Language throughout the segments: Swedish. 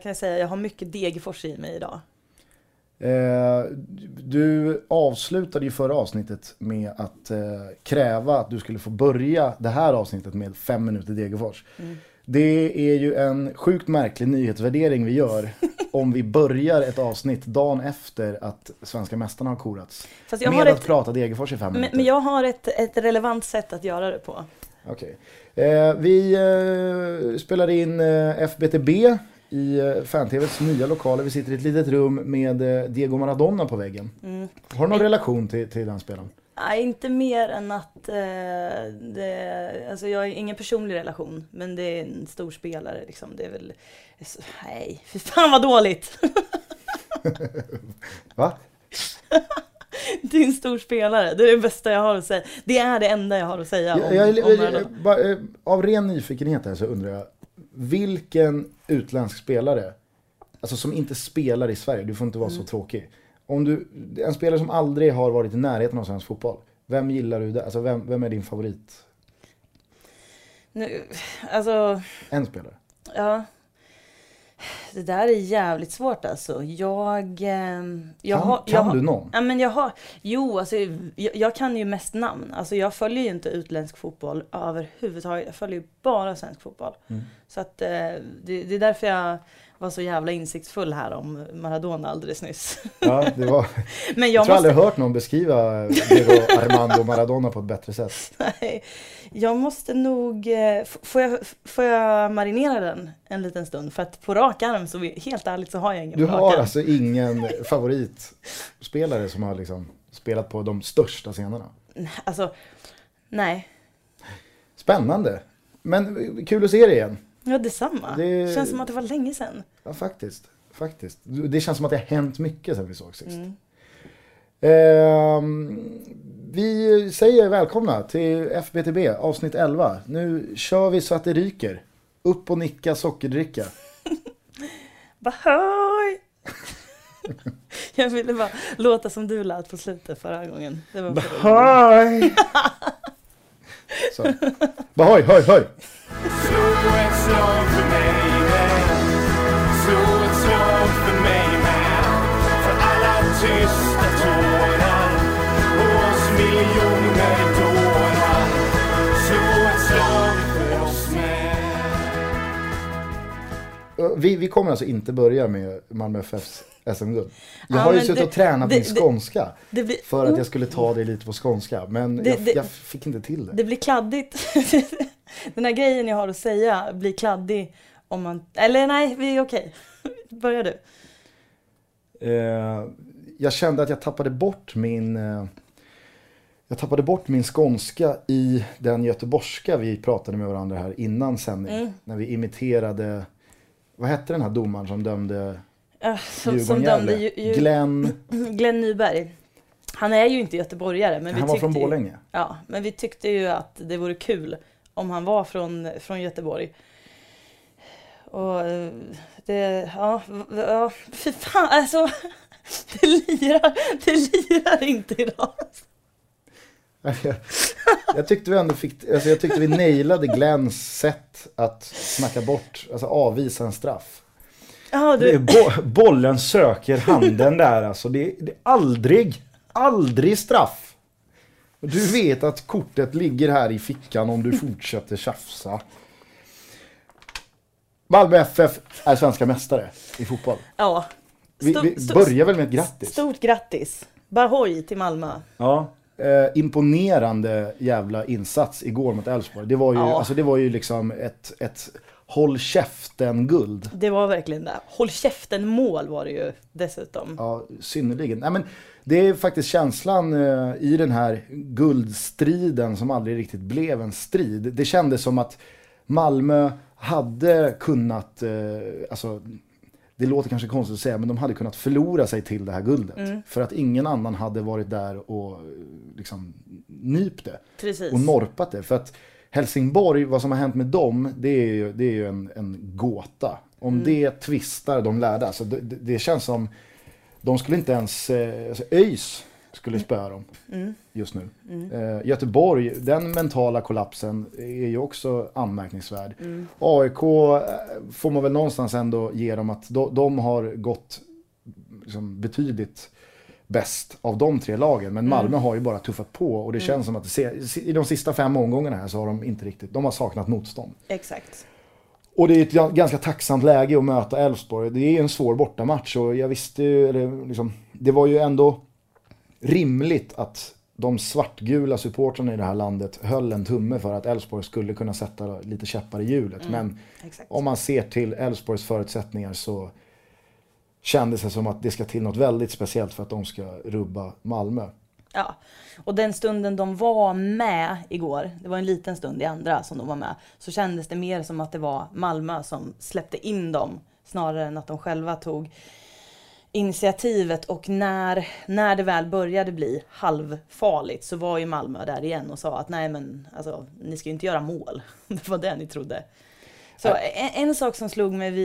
kan jag säga, jag har mycket Degerfors i mig idag. Du avslutade ju förra avsnittet med att kräva att du skulle få börja det här avsnittet med 5 minuter Degerfors. Det är ju en sjukt märklig nyhetsvärdering vi gör om vi börjar ett avsnitt dagen efter att svenska mästarna har korats. Fast jag med har att prata Degerfors i 5 minuter. Men jag har ett relevant sätt att göra det på. Okej. Vi spelar in FBTB i Fan-TVs nya lokaler. Vi sitter i ett litet rum med Diego Maradona på väggen. Har du någon relation till den spelaren? Nej, inte mer än att alltså jag har ingen personlig relation, men det är en stor spelare liksom. Det är väl nej, för fan vad dåligt. Va? Det är en stor spelare. Det är det bästa jag har att säga. Det är det enda jag har att säga av ren nyfikenhet här så undrar jag, vilken utländsk spelare, alltså som inte spelar i Sverige, du får inte vara så tråkig. En spelare som aldrig har varit i närheten av svensk fotboll, vem gillar du där? Alltså vem är din favorit? Nu, alltså... En spelare? Ja. Det där är jävligt svårt alltså. Kan du någon? Ja, men jag kan ju mest namn. Alltså jag följer ju inte utländsk fotboll överhuvudtaget. Jag följer ju bara svensk fotboll. Så att det är därför jag var så jävla insiktsfull här om Maradona alldeles nyss. Ja, det var... Men jag tror aldrig hört någon beskriva Diego Armando Maradona på ett bättre sätt. Nej, jag måste nog... Får jag marinera den en liten stund? För att på rak arm, så helt ärligt, så har jag ingen. Du har alltså ingen favoritspelare som har liksom spelat på de största scenerna? Alltså, nej. Spännande. Men kul att se det igen. Ja, detsamma. Det känns som att det var länge sedan. Ja, faktiskt. Det känns som att det har hänt mycket sedan vi såg sist. Vi säger välkomna till FBTB, avsnitt 11. Nu kör vi så att det ryker. Upp och nicka, sockerdricka. Bahoy! Jag ville bara låta som du lät på slutet förra gången. Det var Bahoy! Så. Bahoy, höj, höj! Slå ett slag för mig med. Slå ett slag för mig med. För alla tysta tårar och oss miljoner dårar. Slå ett slag för oss med. Vi kommer alltså inte börja med Malmö FFs SM-guld. Jag har ju suttit och tränat min skånska för att jag skulle ta det lite på skånska. Men jag fick inte till det. Det blir kladdigt. Den här grejen jag har att säga blir kladdig om man... Eller nej, vi är okej. Börjar du. Jag kände att jag tappade bort min skånska i den göteborgska vi pratade med varandra här innan sändning. När vi imiterade... Vad hette den här domaren som dömde... som dömde Glenn Nyberg. Han är ju inte göteborgare, men han var från Borlänge. Ja, men vi tyckte ju att det vore kul om han var från Göteborg. Och det för fan, alltså det lirar inte idag. Jag tyckte vi ändå jag tyckte vi nailade Glenns sätt att snacka bort, alltså avvisa en straff. Bollen söker handen där, alltså det är aldrig straff. Och du vet att kortet ligger här i fickan om du fortsätter tjafsa. Malmö FF är svenska mästare i fotboll. Ja. Vi börjar väl med ett grattis. Stort grattis. Bahoy till Malmö. Ja. Imponerande jävla insats igår mot Elfsborg. Det var ju liksom ett håll käften guld. Det var verkligen det. Håll käften mål var det ju dessutom. Ja, synnerligen. Nej, men det är faktiskt känslan i den här guldstriden som aldrig riktigt blev en strid. Det kändes som att Malmö hade kunnat, alltså det låter kanske konstigt att säga, men de hade kunnat förlora sig till det här guldet. För att ingen annan hade varit där och liksom nypt det. Precis. Och norpat det. För att Helsingborg, vad som har hänt med dem, det är ju en gåta. Om det tvistar de lärda. Så det känns som, de skulle inte ens, alltså ÖIS skulle spöa dem just nu. Göteborg, den mentala kollapsen är ju också anmärkningsvärd. AIK får man väl någonstans ändå ge dem att de har gått liksom betydligt bäst av de 3 lagen. Men Malmö har ju bara tuffat på och det känns som att i de sista 5 omgångarna här så har de inte riktigt, de har saknat motstånd. Exakt. Och det är ett ganska tacksamt läge att möta Elfsborg. Det är en svår bortamatch och jag visste ju, det var ju ändå rimligt att de svartgula supportrarna i det här landet höll en tumme för att Elfsborg skulle kunna sätta lite käppar i hjulet. Men om man ser till Elfsborgs förutsättningar så kändes det som att det ska till något väldigt speciellt för att de ska rubba Malmö. Ja, och den stunden de var med igår, det var en liten stund i andra som de var med, så kändes det mer som att det var Malmö som släppte in dem snarare än att de själva tog initiativet. Och när det väl började bli halvfarligt så var ju Malmö där igen och sa att nej men alltså, ni ska ju inte göra mål. Det var det ni trodde. Så en sak som slog mig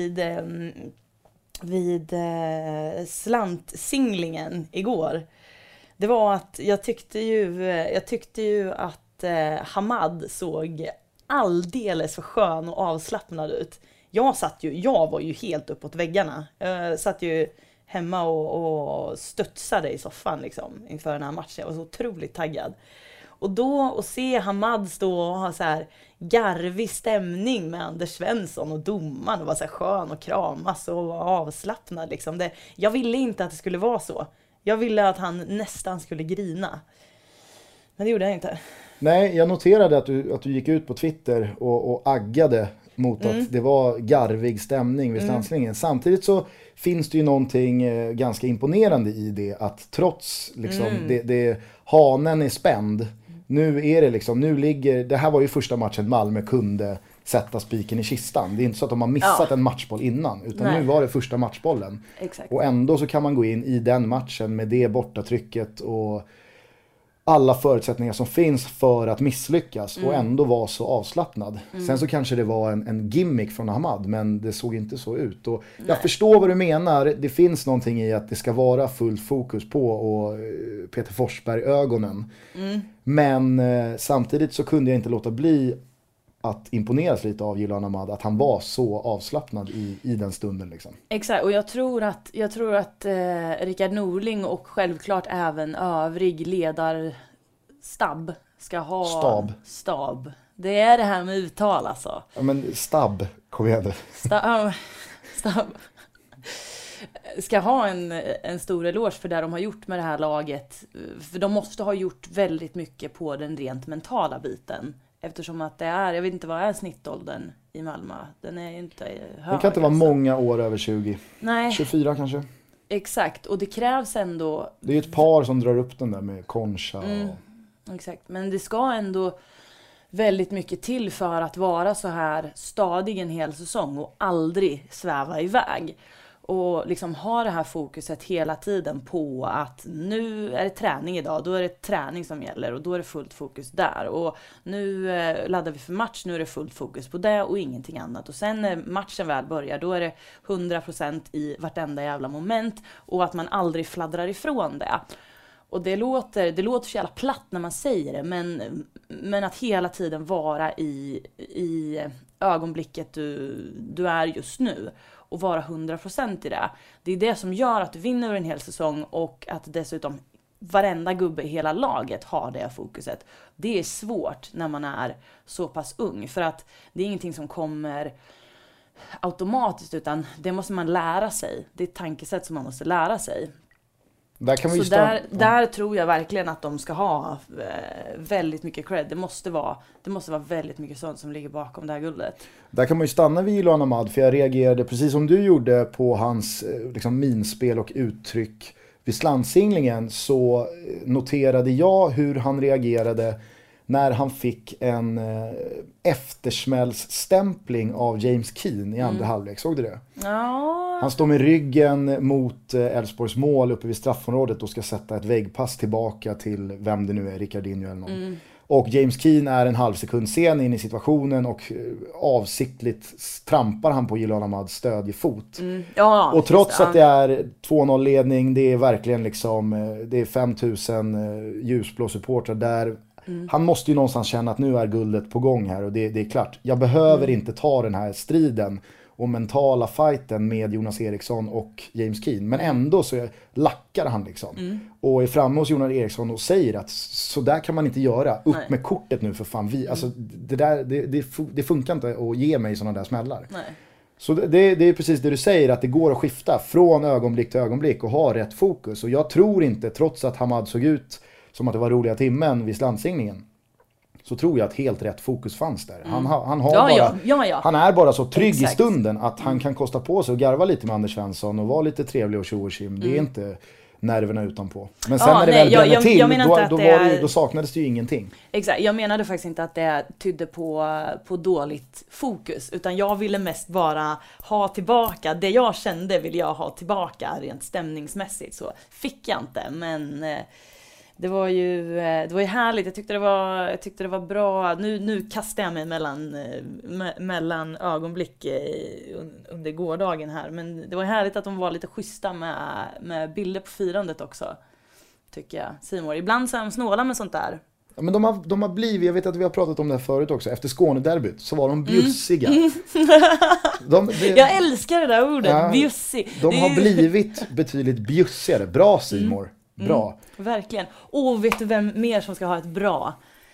vid slantsinglingen igår, det var att jag tyckte ju att Hamad såg alldeles för skön och avslappnad ut. Jag var ju helt uppåt väggarna. Jag satt ju hemma och studsade i soffan liksom inför den här matchen. Jag var så otroligt taggad. Och då att se Hamad stå och ha så här garvig stämning med Anders Svensson och domaren och vara så här skön och kramas och avslappnad liksom. Jag ville inte att det skulle vara så. Jag ville att han nästan skulle grina. Men det gjorde jag inte. Nej, jag noterade att du gick ut på Twitter och aggade mot att det var garvig stämning vid stanslingen. Samtidigt så finns det ju någonting ganska imponerande i det, att trots liksom, hanen är spänd. Nu är det liksom, det här var ju första matchen Malmö kunde sätta spiken i kistan. Det är inte så att de har missat en matchboll innan, utan nu var det första matchbollen. Exakt. Och ändå så kan man gå in i den matchen med det bortatrycket och alla förutsättningar som finns för att misslyckas och ändå vara så avslappnad. Sen så kanske det var en gimmick från Hamad, men det såg inte så ut. Och jag förstår vad du menar. Det finns någonting i att det ska vara fullt fokus på och Peter Forsberg-ögonen. Men samtidigt så kunde jag inte låta bli att imponeras lite av Jiloan Hamad, att han var så avslappnad i den stunden liksom. Exakt, och jag tror att Rickard Norling och självklart även övrig ledarstab ska ha stab. Det är det här med uttal alltså. Ja men stab, kom igen. Stab. Ska ha en stor eloge för det de har gjort med det här laget. För de måste ha gjort väldigt mycket på den rent mentala biten. Eftersom att det är, jag vet inte vad är snittåldern i Malmö. Den är ju inte hög. Det kan inte vara många år över 20. Nej. 24 kanske. Exakt, och det krävs ändå... Det är ett par som drar upp den där med Concha. Och... Exakt, men det ska ändå väldigt mycket till för att vara så här stadig en hel säsong och aldrig sväva iväg. Och liksom ha det här fokuset hela tiden på att nu är det träning idag, då är det träning som gäller och då är det fullt fokus där. Och nu laddar vi för match, nu är det fullt fokus på det och ingenting annat. Och sen när matchen väl börjar, då är det 100% i vartenda jävla moment och att man aldrig fladdrar ifrån det. Och det låter så jävla platt när man säger det, men att hela tiden vara i ögonblicket du är just nu. Och vara 100% i det. Det är det som gör att du vinner över en hel säsong och att dessutom varenda gubbe i hela laget har det fokuset. Det är svårt när man är så pass ung. För att det är ingenting som kommer automatiskt, utan det måste man lära sig. Det är ett tankesätt som man måste lära sig. Där tror jag verkligen att de ska ha väldigt mycket cred. Det måste vara väldigt mycket sånt som ligger bakom det här guldet. Där kan man ju stanna vid Jiloan Hamad, för jag reagerade precis som du gjorde på hans liksom, minspel och uttryck vid slantsinglingen. Så noterade jag hur han reagerade när han fick en eftersmällsstämpling av James Keane i andra halvlek. Såg du det? Ja. Han står med ryggen mot Elfsborgs mål uppe vid straffområdet och ska sätta ett väggpass tillbaka till vem det nu är, Ricardinho eller någon. Och James Keane är en halv sekund sen in i situationen och avsiktligt trampar han på Gilad Ahmads stödjefot. Ja, och trots att det är 2-0 ledning, det är verkligen liksom, det är 5000 ljusblå supportrar där. Han måste ju någonstans känna att nu är guldet på gång här och det är klart. Jag behöver inte ta den här striden och mentala fighten med Jonas Eriksson och James Keane. Men ändå så lackar han liksom. Och är framme hos Jonas Eriksson och säger att så där kan man inte göra. Upp med kortet nu för fan. Alltså, det funkar inte att ge mig sådana där smällar. Nej. Så det är precis det du säger, att det går att skifta från ögonblick till ögonblick och ha rätt fokus. Och jag tror inte, trots att Hamad såg ut som att det var roliga timmen vid slantsingningen, så tror jag att helt rätt fokus fanns där. Han är bara så trygg i stunden att han kan kosta på sig och garva lite med Anders Svensson och vara lite trevlig och tjo och kim. Det är inte nerverna utanpå. Men sen när det väl bränner till, då saknades det ju ingenting. Exakt, jag menade faktiskt inte att det tydde på dåligt fokus, utan jag ville mest bara ha tillbaka det jag kände, vill jag ha tillbaka rent stämningsmässigt. Så fick jag inte, men det var ju härligt. Jag tyckte det var bra. Nu kastar jag mig mellan ögonblick under gårdagen här, men det var härligt att de var lite schyssta med bilder på firandet också, tycker jag. Simon, ibland så är de snåla med sånt där. Ja, men de har blivit, jag vet att vi har pratat om det här förut också, efter Skånederbyt så var de bjussiga. Jag älskar det där ordet, bjussig. De har blivit betydligt bjussigare. Bra, Simon. Bra. Verkligen. Och vet du vem mer som ska ha ett bra?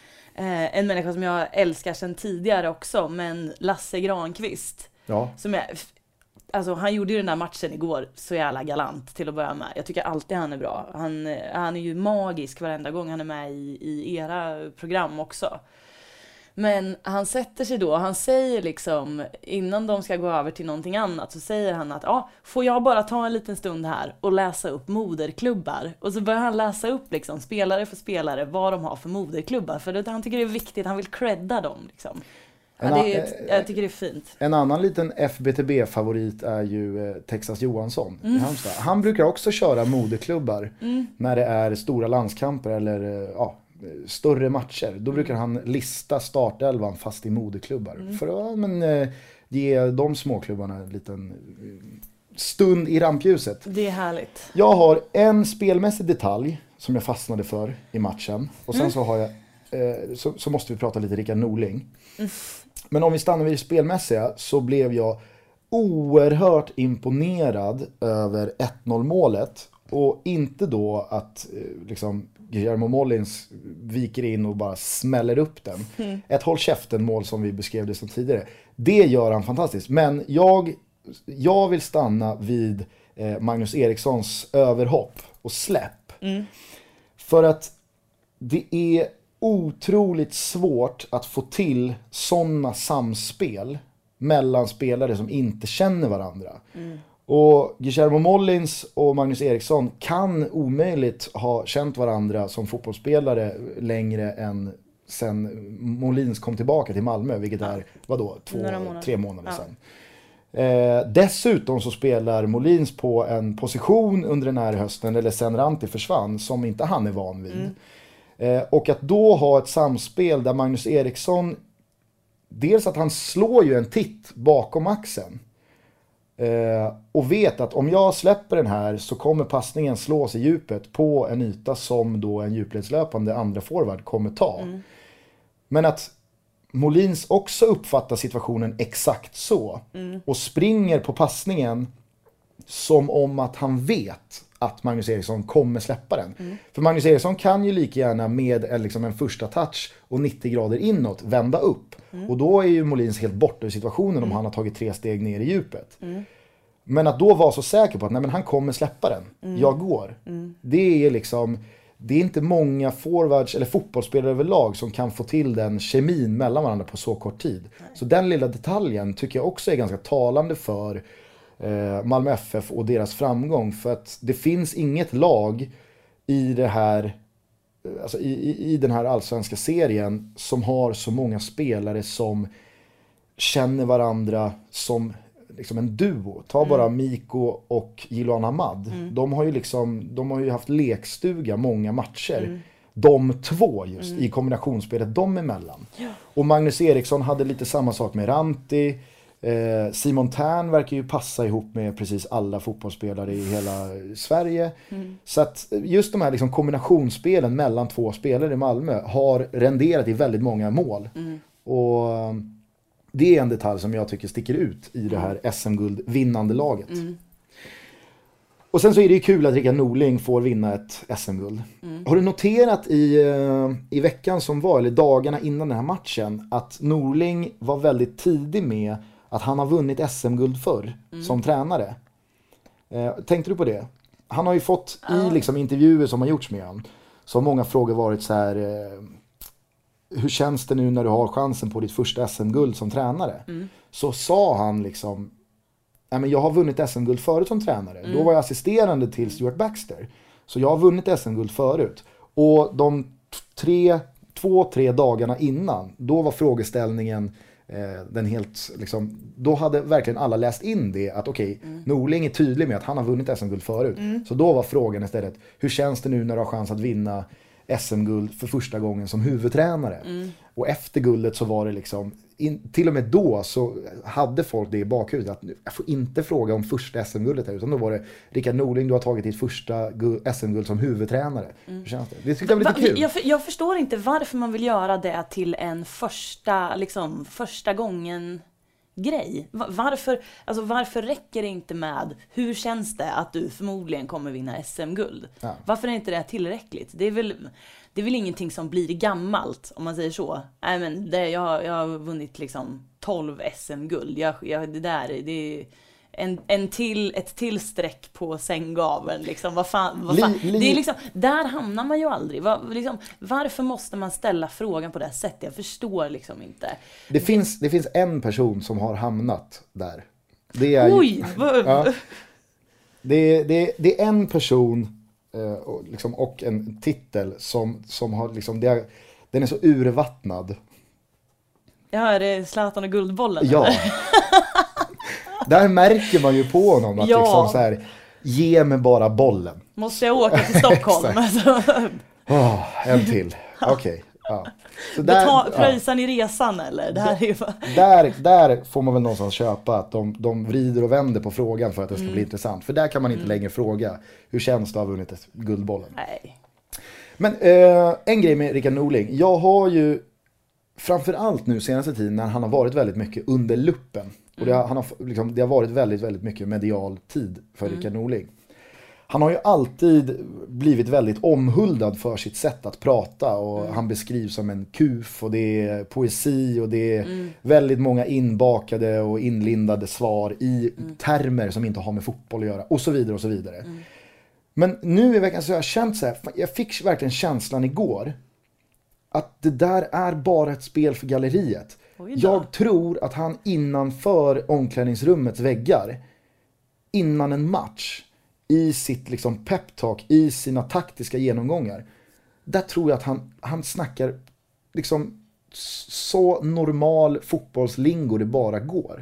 En människa som jag älskar sedan tidigare också, men Lasse Granqvist. Ja. Alltså han gjorde ju den där matchen igår så jävla galant till att börja med. Jag tycker alltid han är bra. Han är ju magisk varenda gång han är med i era program också. Men han sätter sig då, han säger liksom, innan de ska gå över till någonting annat, så säger han att får jag bara ta en liten stund här och läsa upp moderklubbar. Och så börjar han läsa upp liksom, spelare för spelare, vad de har för moderklubbar. För han tycker det är viktigt, han vill credda dem liksom. Jag tycker det är fint. En annan liten FBTB-favorit är ju Texas Johansson i Halmstad. Han brukar också köra moderklubbar när det är stora landskamper eller större matcher. Då brukar han lista startelvan fast i moderklubbar. För att ge de småklubbarna en liten stund i rampljuset. Det är härligt. Jag har en spelmässig detalj som jag fastnade för i matchen. Och sen så har jag så måste vi prata lite Rickard Norling. Men om vi stannar vid spelmässiga, så blev jag oerhört imponerad över 1-0 målet. Och inte då att liksom Guillermo Mollins viker in och bara smäller upp den. Ett håll käften mål som vi beskrev det som tidigare. Det gör han fantastiskt. Men jag vill stanna vid Magnus Erikssons överhopp och släpp. För att det är otroligt svårt att få till sådana samspel mellan spelare som inte känner varandra. Och Guillermo Mollins och Magnus Eriksson kan omöjligt ha känt varandra som fotbollsspelare längre än sen Molins kom tillbaka till Malmö, vilket är 2-3 månader sedan. Dessutom så spelar Molins på en position under den här hösten, eller sen Ranti försvann, som inte han är van vid. Och att då ha ett samspel där Magnus Eriksson, dels att han slår ju en titt bakom axeln och vet att om jag släpper den här så kommer passningen slås i djupet på en yta som då en djupledslöpande andra forward kommer ta. Men att Molins också uppfattar situationen exakt så och springer på passningen som om att han vet att Magnus Eriksson kommer släppa den. För Magnus Eriksson kan ju lika gärna med en första touch och 90 grader inåt vända upp. Och då är ju Molins helt borta ur situationen om han har tagit 3 steg ner i djupet. Men att då vara så säker på att nej, men han kommer släppa den. Jag går. Det är liksom, det är inte många forwards eller fotbollsspelare överlag som kan få till den kemin mellan varandra på så kort tid. Så den lilla detaljen tycker jag också är ganska talande för Malmö FF och deras framgång, för att det finns inget lag i det här, alltså i den här allsvenska serien som har så många spelare som känner varandra som liksom en duo. Ta bara Mikko och Gilad Ahmad. De har ju haft lekstuga många matcher de två just i kombinationsspelet dem emellan. Ja. Och Magnus Eriksson hade lite samma sak med Ranti. Simon Tern verkar ju passa ihop med precis alla fotbollsspelare i hela Sverige. Så att just de här liksom kombinationsspelen mellan två spelare i Malmö har renderat i väldigt många mål. Och det är en detalj som jag tycker sticker ut i det här SM-guld-vinnande laget. Och sen så är det ju kul att Rickard Norling får vinna ett SM-guld. Har du noterat i veckan som var, eller dagarna innan den här matchen, att Norling var väldigt tidig med att han har vunnit SM-guld förr som tränare? Tänkte du på det? Han har ju fått i liksom intervjuer som har gjorts med honom, så har många frågor varit så här: hur känns det nu när du har chansen på ditt första SM-guld som tränare? Så sa han liksom: men jag har vunnit SM-guld förut som tränare. Då var jag assisterande till Stuart Baxter. Så jag har vunnit SM-guld förut. Och de 2-3 dagarna innan, då var frågeställningen den helt liksom, då hade verkligen alla läst in det att okej, Norling är tydlig med att han har vunnit SM-guld förut. Så då var frågan istället: hur känns det nu när du har chans att vinna SM-guld för första gången som huvudtränare? Och efter guldet så var det liksom till och med då så hade folk det i bakhuvudet att jag får inte fråga om första SM-guldet här, utan då var det: Rickard Norling, du har tagit ditt första SM-guld som huvudtränare. Hur känns det? Det tyckte jag var lite kul. Jag förstår inte varför man vill göra det till en första gången grej. Varför räcker det inte med hur känns det att du förmodligen kommer vinna SM-guld? Ja. Varför är inte det tillräckligt? Det är väl ingenting som blir gammalt, om man säger så. Nej, men jag har vunnit liksom 12 SM-guld. Det är ett till streck på sänggaveln liksom. Vad fan. Det är liksom, där hamnar man ju aldrig. Varför måste man ställa frågan på det sättet? Jag förstår liksom inte. Det finns en person som har hamnat där. Det är det är en person liksom, och en titel som har liksom, den är så urvattnad. Ja, är det Zlatan och Guldbollen? Ja. Där märker man ju på honom att liksom så här: ge mig bara bollen. Måste jag åka till Stockholm? En till. Okej. Ja. Pröjsar ni resan eller? Det här är ju där får man väl någonstans köpa att de vrider och vänder på frågan för att det ska bli intressant. För där kan man inte längre fråga: hur känns det att ha vunnit ett Guldbollen? Nej. Men en grej med Rickard Norling. Jag har ju framförallt nu senaste tiden när han har varit väldigt mycket under luppen. Och det har varit väldigt, väldigt mycket medial tid för Rickard Norling. Han har ju alltid blivit väldigt omhuldad för sitt sätt att prata. Och han beskrivs som en kuf, och det är poesi, och det är väldigt många inbakade och inlindade svar i termer som inte har med fotboll att göra. Och så vidare och så vidare. Men nu i veckan så har jag känt så här, jag fick verkligen känslan igår att det där är bara ett spel för galleriet. Jag tror att han innanför omklädningsrummets väggar, innan en match, i sitt liksom peptalk, i sina taktiska genomgångar, där tror jag att han snackar liksom så normal fotbollslingo det bara går.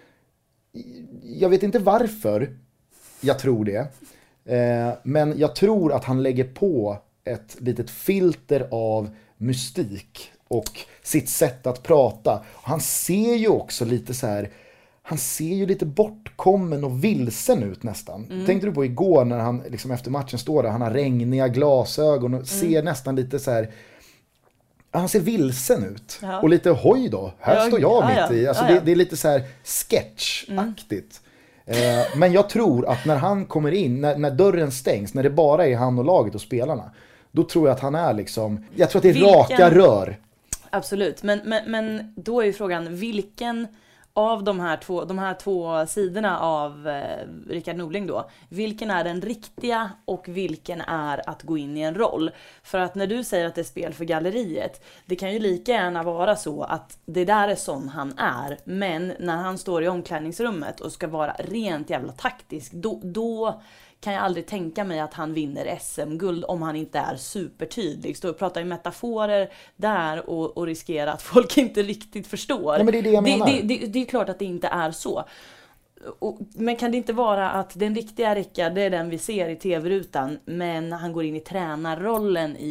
Jag vet inte varför jag tror det, men jag tror att han lägger på ett litet filter av mystik och sitt sätt att prata. Och han ser ju också lite så här, han ser ju lite bortkommen och vilsen ut nästan. Tänkte du på igår när han liksom efter matchen står där, han har regniga glasögon och ser nästan lite så här, han ser vilsen ut. Ja. Och lite hoj då, här står jag mitt i. Alltså det är lite så här sketchaktigt. Men jag tror att när han kommer in, när dörren stängs, när det bara är han och laget och spelarna, då tror jag att han är liksom, jag tror att det är raka rör. Absolut, men då är ju frågan, vilken av de här två sidorna av Rickard Norling då, vilken är den riktiga och vilken är att gå in i en roll? För att när du säger att det är spel för galleriet, det kan ju lika gärna vara så att det där är sån han är, men när han står i omklädningsrummet och ska vara rent jävla taktisk, då kan jag aldrig tänka mig att han vinner SM-guld om han inte är supertydlig. Står och pratar i metaforer där och riskerar att folk inte riktigt förstår. Ja, men det är det jag menar. Det är klart att det inte är så. Men kan det inte vara att den riktiga Rickard, det är den vi ser i tv-rutan, men han går in i tränarrollen i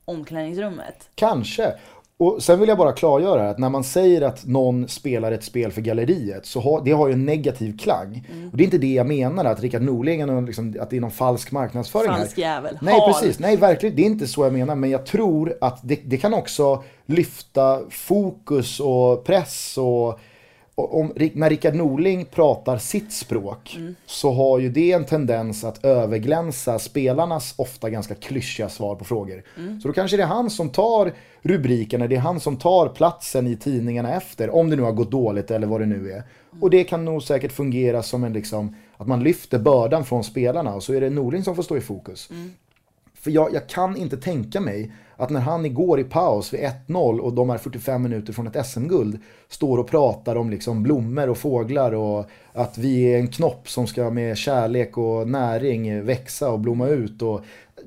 omklädningsrummet. Kanske. Och sen vill jag bara klargöra att när man säger att någon spelar ett spel för galleriet så det har ju en negativ klang. Och det är inte det jag menar, att Rickard Norling liksom, att det är någon falsk marknadsföring här. Falsk jävel. Nej, precis. Nej, verkligen. Det är inte så jag menar. Men jag tror att det kan också lyfta fokus och press och när Rickard Norling pratar sitt språk så har ju det en tendens att överglänsa spelarnas ofta ganska klyschiga svar på frågor. Så då kanske det är han som tar rubrikerna, det är han som tar platsen i tidningarna efter, om det nu har gått dåligt eller vad det nu är. Och det kan nog säkert fungera som en liksom, att man lyfter bördan från spelarna och så är det Norling som får stå i fokus. För jag kan inte tänka mig att när han igår i paus vid 1-0 och de är 45 minuter från ett SM-guld står och pratar om liksom blommor och fåglar och att vi är en knopp som ska med kärlek och näring växa och blomma ut. Och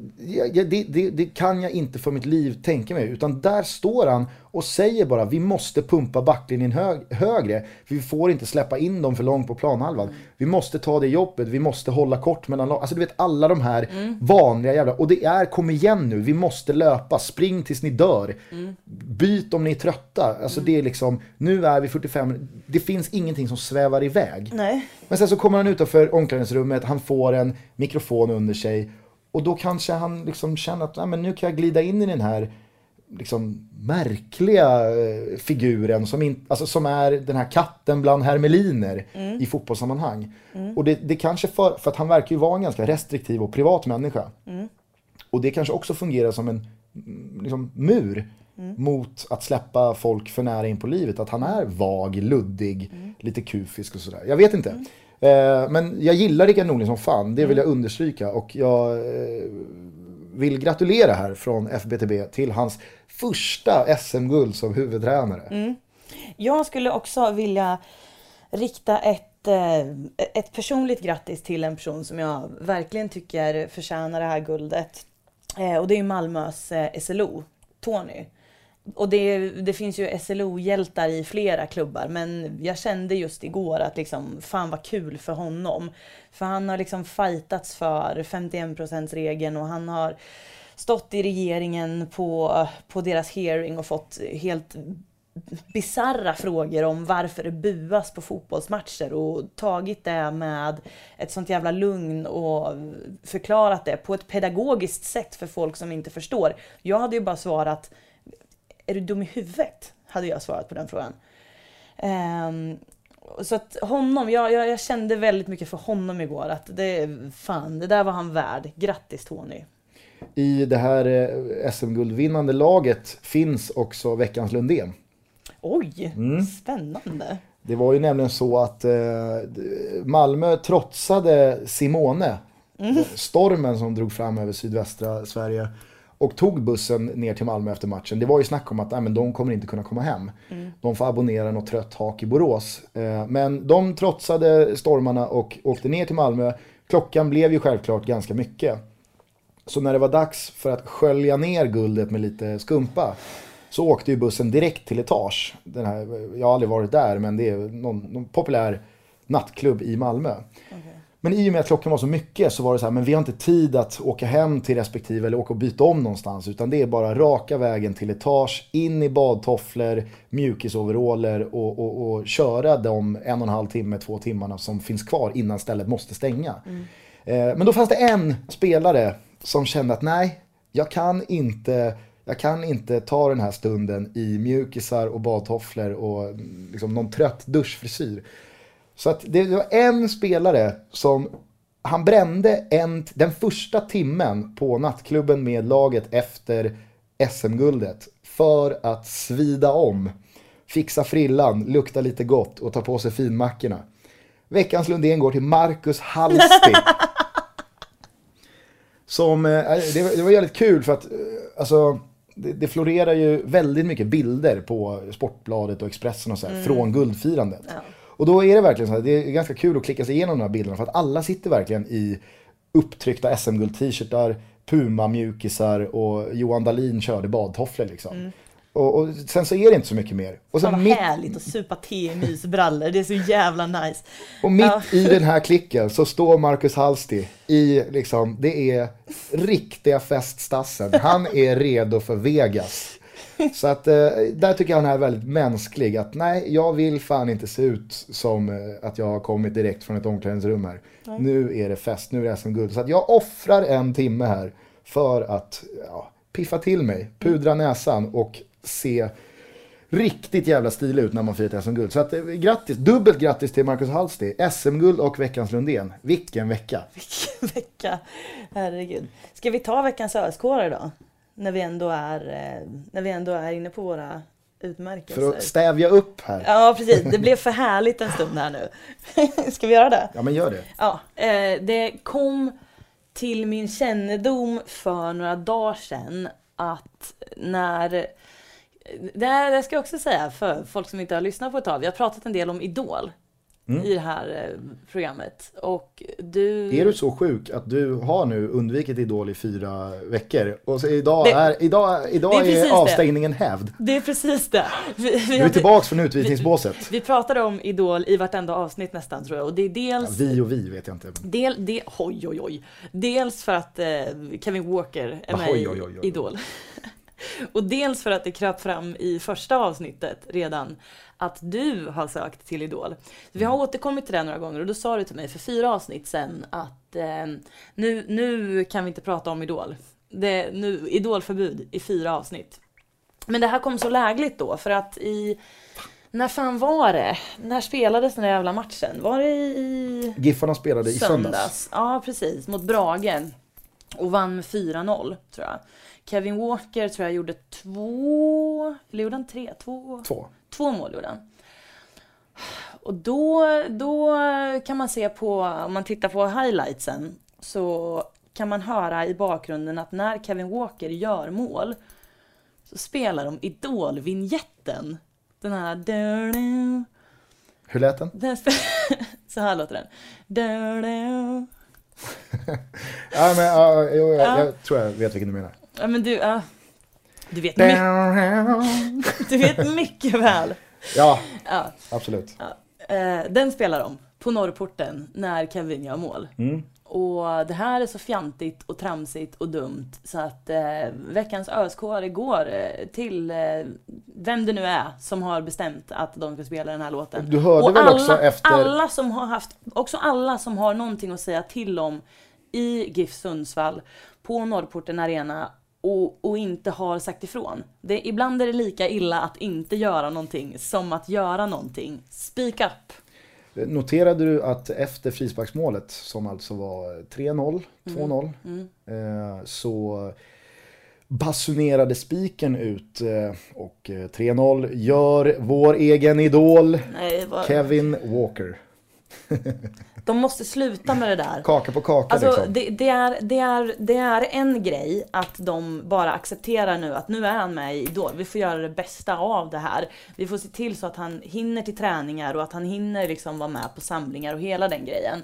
det kan jag inte för mitt liv tänka mig, utan där står han och säger bara vi måste pumpa backlinjen högre, för vi får inte släppa in dem för långt på planhalvan. Vi måste ta det jobbet, vi måste hålla kort mellan lag. Alltså du vet alla de här vanliga jävla, och det är kom igen nu, vi måste löpa, spring tills ni dör. Byt om ni är trötta. Alltså det är liksom, nu är vi 45, det finns ingenting som svävar iväg. Nej. Men sen så kommer han utanför omklädningsrummet, han får en mikrofon under sig. Och då kanske han liksom känner att men nu kan jag glida in i den här liksom märkliga figuren som är den här katten bland hermeliner i fotbollssammanhang. Och det kanske för att han verkar ju vara en ganska restriktiv och privat människa. Och det kanske också fungerar som en liksom, mur mot att släppa folk för nära in på livet. Att han är vag, luddig, lite kufisk och sådär. Jag vet inte. Men jag gillar Rickard Norling som fan, det vill jag understryka, och jag vill gratulera här från FBTB till hans första SM-guld som huvudtränare. Jag skulle också vilja rikta ett personligt grattis till en person som jag verkligen tycker förtjänar det här guldet, och det är Malmös SLO, Tony. Och det finns ju SLO-hjältar i flera klubbar, men jag kände just igår att liksom, fan vad kul för honom. För han har liksom fightats för 51%-regeln och han har stått i regeringen på deras hearing och fått helt bizarra frågor om varför det buas på fotbollsmatcher och tagit det med ett sånt jävla lugn och förklarat det på ett pedagogiskt sätt för folk som inte förstår. Jag hade ju bara svarat, är du dum i huvudet? Hade jag svarat på den frågan. Så att honom, jag kände väldigt mycket för honom igår. Att det där var han värd. Grattis Tony. I det här SM-guldvinnande laget finns också veckans Lundén. Oj, spännande. Det var ju nämligen så att Malmö trotsade Simone. Stormen som drog fram över sydvästra Sverige. Och tog bussen ner till Malmö efter matchen. Det var ju snack om att men de kommer inte kunna komma hem. De får abonnera något trött hak i Borås. Men de trotsade stormarna och åkte ner till Malmö. Klockan blev ju självklart ganska mycket. Så när det var dags för att skölja ner guldet med lite skumpa så åkte ju bussen direkt till Etage. Jag har aldrig varit där, men det är någon populär nattklubb i Malmö. Men i och med att klockan var så mycket så var det så här, men vi har inte tid att åka hem till respektive eller åka och byta om någonstans, utan det är bara raka vägen till Etage, in i badtofflor, mjukisoveraller och köra de 1,5 timme, 2 timmarna som finns kvar innan stället måste stänga. Men då fanns det en spelare som kände att nej, jag kan inte ta den här stunden i mjukisar och badtofflor och liksom någon trött duschfrisyr. Så att det var en spelare som han brände den första timmen på nattklubben med laget efter SM-guldet för att svida om, fixa frillan, lukta lite gott och ta på sig finmackorna. Veckans Lundén går till Marcus Hallstig. Som, det var jävligt kul för att alltså, det florerar ju väldigt mycket bilder på Sportbladet och Expressen och så här, från guldfirandet. Ja. Och då är det verkligen så här, det är ganska kul att klicka sig igenom de här bilderna för att alla sitter verkligen i upptryckta SM-guld-t-shirtar, Puma-mjukisar och Johan Dahlin körde badtofflor liksom. Och sen så är det inte så mycket mer. Och sen Fan vad härligt att supa te i mysbrallor. Det är så jävla nice. Och mitt i den här klicken så står Marcus Hallstig i liksom, det är riktiga feststassen. Han är redo för Vegas. Så att där tycker jag han är väldigt mänsklig. Att nej, jag vill fan inte se ut som att jag har kommit direkt från ett omklädningsrum här. Nej. Nu är det fest, nu är det SM-guld. Så att jag offrar en timme här för att piffa till mig, pudra näsan och se riktigt jävla stilig ut när man firar ett SM-guld. Så att grattis, dubbelt grattis till Marcus Hallstig. SM-guld och veckans Lundén. Vilken vecka. Vilken vecka, herregud. Ska vi ta veckans öskåre då? När vi ändå är inne på våra utmärkelser. För att stävja upp här. Ja, precis. Det blev för härligt en stund här nu. Ska vi göra det? Ja, men gör det. Ja, det kom till min kännedom för några dagar sedan att det ska jag också säga för folk som inte har lyssnat på ett tag. Vi har pratat en del om Idol i det här programmet. Och Är du så sjuk att du har nu undvikit Idol i 4 veckor? Och så idag är avstängningen hävd. Det är precis det. Du är tillbaka från utvisningsbåset. Vi pratade om Idol i vartenda avsnitt nästan, tror jag. Och det är dels... Ja, vi vet jag inte. Oj. Dels för att Kevin Walker är med i Idol. Och dels för att det kröp fram i första avsnittet redan att du har sökt till Idol. Vi har återkommit till det några gånger och då sa du till mig för 4 avsnitt sedan att nu kan vi inte prata om Idol. Nu Idolförbud i 4 avsnitt. Men det här kom så lägligt då för att när fan var det? När spelades den där jävla matchen? Var det i Giffarna spelade i söndags. Ja, precis. Mot Bragen. Och vann med 4-0, tror jag. Kevin Walker tror jag gjorde 2... Eller gjorde han 3? 2 mål gjorde han. Och då kan man se på... Om man tittar på highlightsen så kan man höra i bakgrunden att när Kevin Walker gör mål så spelar de Idol-vignetten. Den här... Hur lät den? Så här låter den. Ja, men jag tror jag vet vilken du menar. Ja, men du vet mycket väl. Ja. Absolut. Ja. Den spelar de på Norrporten när Kevin gör mål. Och det här är så fjantigt och tramsigt och dumt så att veckans ÖSK går till vem det nu är som har bestämt att de ska spela den här låten. Du hörde och väl också efter... alla som har någonting att säga till om i GIF Sundsvall på Norrporten Arena och inte har sagt ifrån. Ibland är det lika illa att inte göra någonting som att göra någonting. Speak up! Noterade du att efter frisparksmålet, som alltså var 3-0, 2-0, så basunerade spiken ut och 3-0 gör vår egen idol Kevin Walker. De måste sluta med det där. Kaka på kaka alltså, liksom. Det är en grej att de bara accepterar nu att nu är han med i Idol. Vi får göra det bästa av det här. Vi får se till så att han hinner till träningar och att han hinner liksom vara med på samlingar och hela den grejen.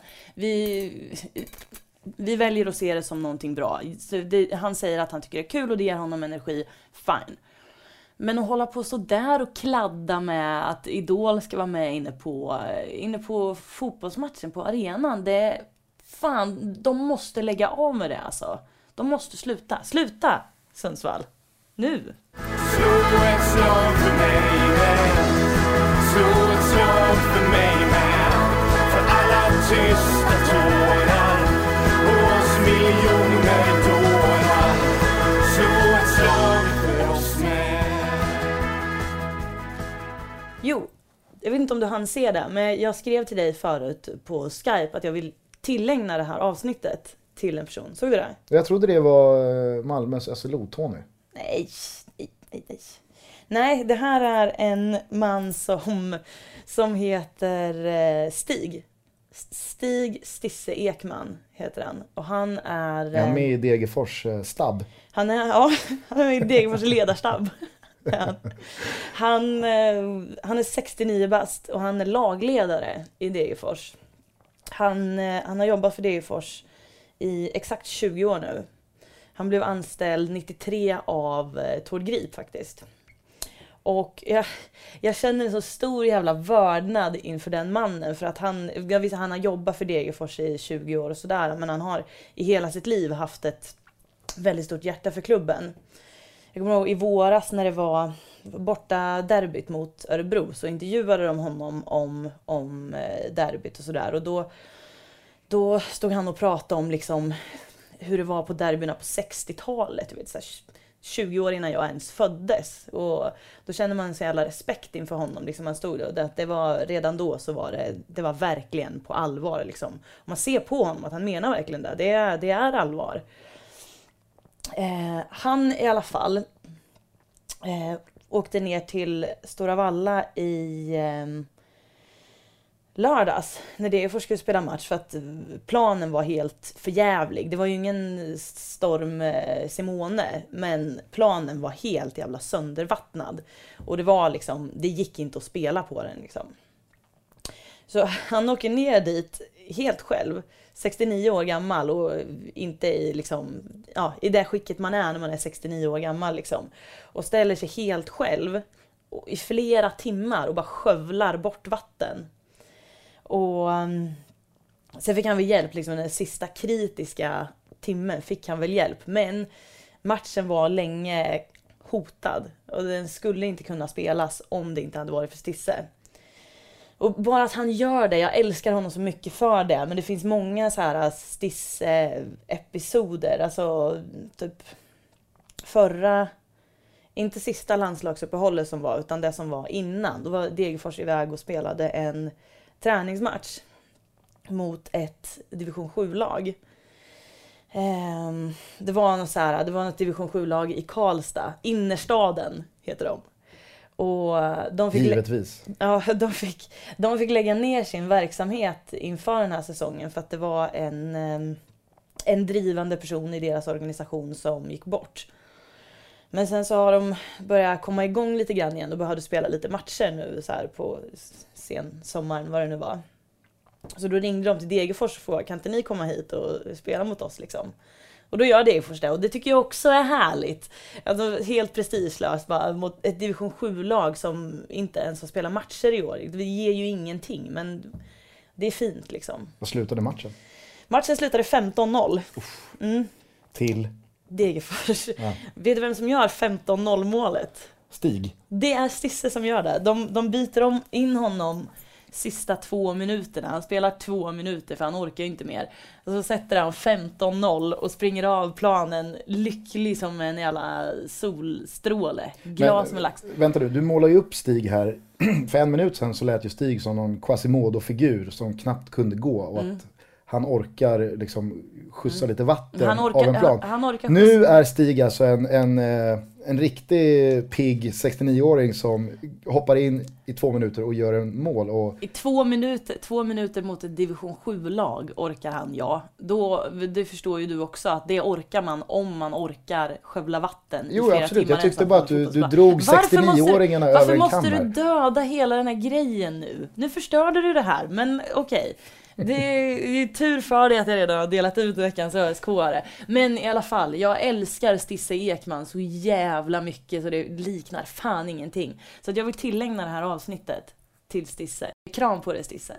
Vi väljer att se det som någonting bra. Så han säger att han tycker det är kul och det ger honom energi. Fine. Men att hålla på så där och kladda med att Idol ska vara med inne på fotbollsmatchen på arenan, de måste lägga av med det alltså. De måste sluta Sundsvall. Nu. Slå ett slag för mig med. Slå ett slag för mig med. För alla tysta tårar och oss miljoner dårar. Slå ett slag för oss med. Jo, jag vet inte om du hann se det, men jag skrev till dig förut på Skype att jag vill tillägna det här avsnittet till en person. Såg du det? Jag trodde det var Malmös SLO-Tony. Nej. Nej, det här är en man som heter Stig. Stig Stisse Ekman heter han. Och han är... Han är med i Degerfors stab. Han är med i Degerfors ledarstab. Han är 69 bast och han är lagledare i Degerfors. Han har jobbat för Degerfors i exakt 20 år nu. Han blev anställd 93 av Tord Grip faktiskt. Och jag känner en så stor jävla vördnad inför den mannen. För att jag vet att han har jobbat för Degerfors i 20 år och sådär. Men han har i hela sitt liv haft ett väldigt stort hjärta för klubben. Jag kommer ihåg i våras när det var borta derbyt mot Örebro. Så intervjuade de honom om derbyt och sådär. Och då stod han och pratade om liksom hur det var på derbyna på 60-talet. Vet, så här, 20 år innan jag ens föddes. Och då kände man så jävla respekt inför honom. Liksom man stod och det var, redan då så var det var verkligen på allvar. Liksom. Och man ser på honom att han menar verkligen det. Det är allvar. Han i alla fall åkte ner till Stora Valla i lördags när Degerfors skulle spela match för att planen var helt förjävlig. Det var ju ingen storm Simone, men planen var helt jävla söndervattnad. Och det var liksom, det gick inte att spela på den liksom. Så han åker ner dit helt själv, 69 år gammal och inte i liksom, i det skicket man är när man är 69 år gammal liksom. Och ställer sig helt själv i flera timmar och bara skövlar bort vatten. Och sen fick han väl hjälp, liksom den sista kritiska timmen fick han väl hjälp. Men matchen var länge hotad och den skulle inte kunna spelas om det inte hade varit för Stisse. Och bara att han gör det, jag älskar honom så mycket för det. Men det finns många så här Stisse-episoder, alltså typ förra, inte sista landslagsuppehållet som var, utan det som var innan. Då var Degerfors iväg och spelade en träningsmatch mot ett division 7-lag. Det var något division 7-lag i Karlstad, Innerstaden heter de. Och de fick givetvis. De fick lägga ner sin verksamhet inför den här säsongen för att det var en drivande person i deras organisation som gick bort. Men sen så har de börjat komma igång lite grann igen och behövde spela lite matcher nu så här på sen sommaren, vad det nu var. Så då ringde de till Degerfors och frågade, kan inte ni komma hit och spela mot oss liksom? Och då gör Degerfors det, och det tycker jag också är härligt. Alltså helt prestigelöst bara mot ett division 7-lag som inte ens har spelat matcher i år. Det ger ju ingenting, men det är fint liksom. Vad slutade matchen? Matchen slutade 15-0. Till? Degerfors. Ja. Vet du vem som gör 15-0 målet? Stig. Det är Stisse som gör det. De byter in honom sista 2 minuterna. Han spelar 2 minuter för han orkar ju inte mer. Och så sätter han 15-0 och springer av planen lycklig som en jävla solstråle. Glas med lax. Vänta du målar ju upp Stig här. För 1 minut sedan så lät ju Stig som någon Quasimodo-figur som knappt kunde gå. Och att han orkar liksom skjutsa lite vatten av en plan. Han nu är Stig alltså en riktig pigg 69-åring som hoppar in i 2 minuter och gör en mål. Och i 2 minuter mot ett division 7-lag orkar han, ja. Det förstår ju du också att det orkar man om man orkar skövla vatten. Jo, absolut. Jag tyckte bara att du drog 69-åringarna över en kam. Varför måste du döda hela den här grejen nu? Nu förstörde du det här, men okej. Det är tur för dig att jag redan har delat ut veckans ÖSK-are. Men i alla fall, jag älskar Stisse Ekman så jävla mycket så det liknar fan ingenting. Så att jag vill tillägna det här avsnittet till Stisse. Kram på dig, Stisse.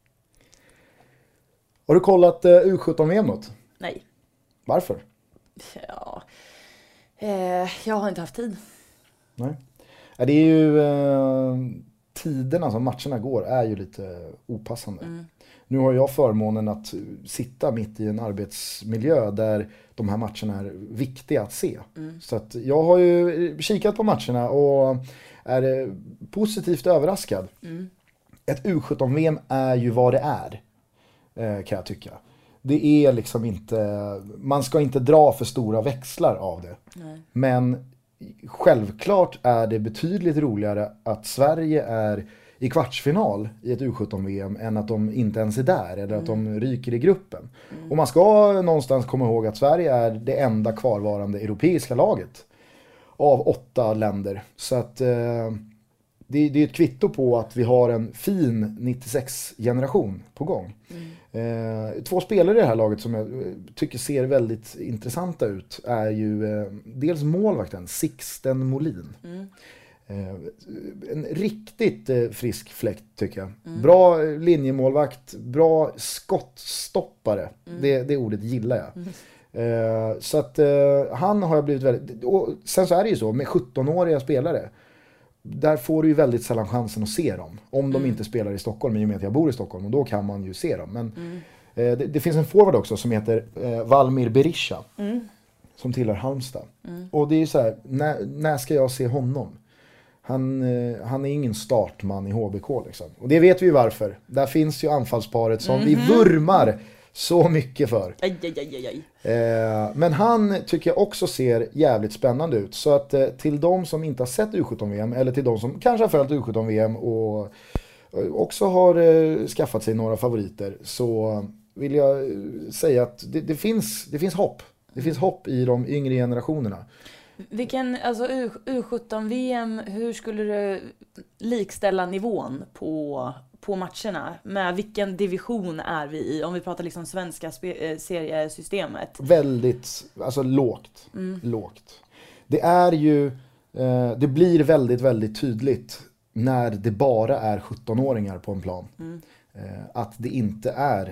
Har du kollat U17-VM något? Nej. Varför? Ja, jag har inte haft tid. Nej. Det är ju tiderna som matcherna går är ju lite opassande. Nu har jag förmånen att sitta mitt i en arbetsmiljö där de här matcherna är viktiga att se. Så att jag har ju kikat på matcherna och är positivt överraskad. Ett U17-VM är ju vad det är, kan jag tycka. Det är liksom inte, man ska inte dra för stora växlar av det. Nej. Men självklart är det betydligt roligare att Sverige är i kvartsfinal i ett U17-VM än att de inte ens är där eller att de ryker i gruppen. Och man ska någonstans komma ihåg att Sverige är det enda kvarvarande europeiska laget av 8 länder. Så att det är ett kvitto på att vi har en fin 96-generation på gång. 2 spelare i det här laget som jag tycker ser väldigt intressanta ut är ju dels målvakten Sixten Molin. En riktigt frisk fläkt tycker jag. Bra linjemålvakt, bra skottstoppare. Det ordet gillar jag. Så att han har jag blivit väldigt... Och sen så är det ju så, med 17-åriga spelare, där får du ju väldigt sällan chansen att se dem. Om de inte spelar i Stockholm, i och med att jag bor i Stockholm, och då kan man ju se dem. Men det finns en forward också som heter Valmir Berisha. Som tillhör Halmstad. Och det är ju så här, när ska jag se honom? Han är ingen startman i HBK liksom. Och det vet vi ju varför. Där finns ju anfallsparet som vi vurmar så mycket för. Men han tycker jag också ser jävligt spännande ut. Så att till de som inte har sett U17-VM, eller till de som kanske har följt U17-VM och också har skaffat sig några favoriter, så vill jag säga att det finns hopp. Det finns hopp i de yngre generationerna. Alltså U17-VM, hur skulle du likställa nivån på matcherna? Med vilken division är vi i? Om vi pratar liksom svenska seriesystemet. Väldigt, alltså lågt. Det är ju, det blir väldigt, väldigt tydligt när det bara är 17-åringar på en plan. Att det inte är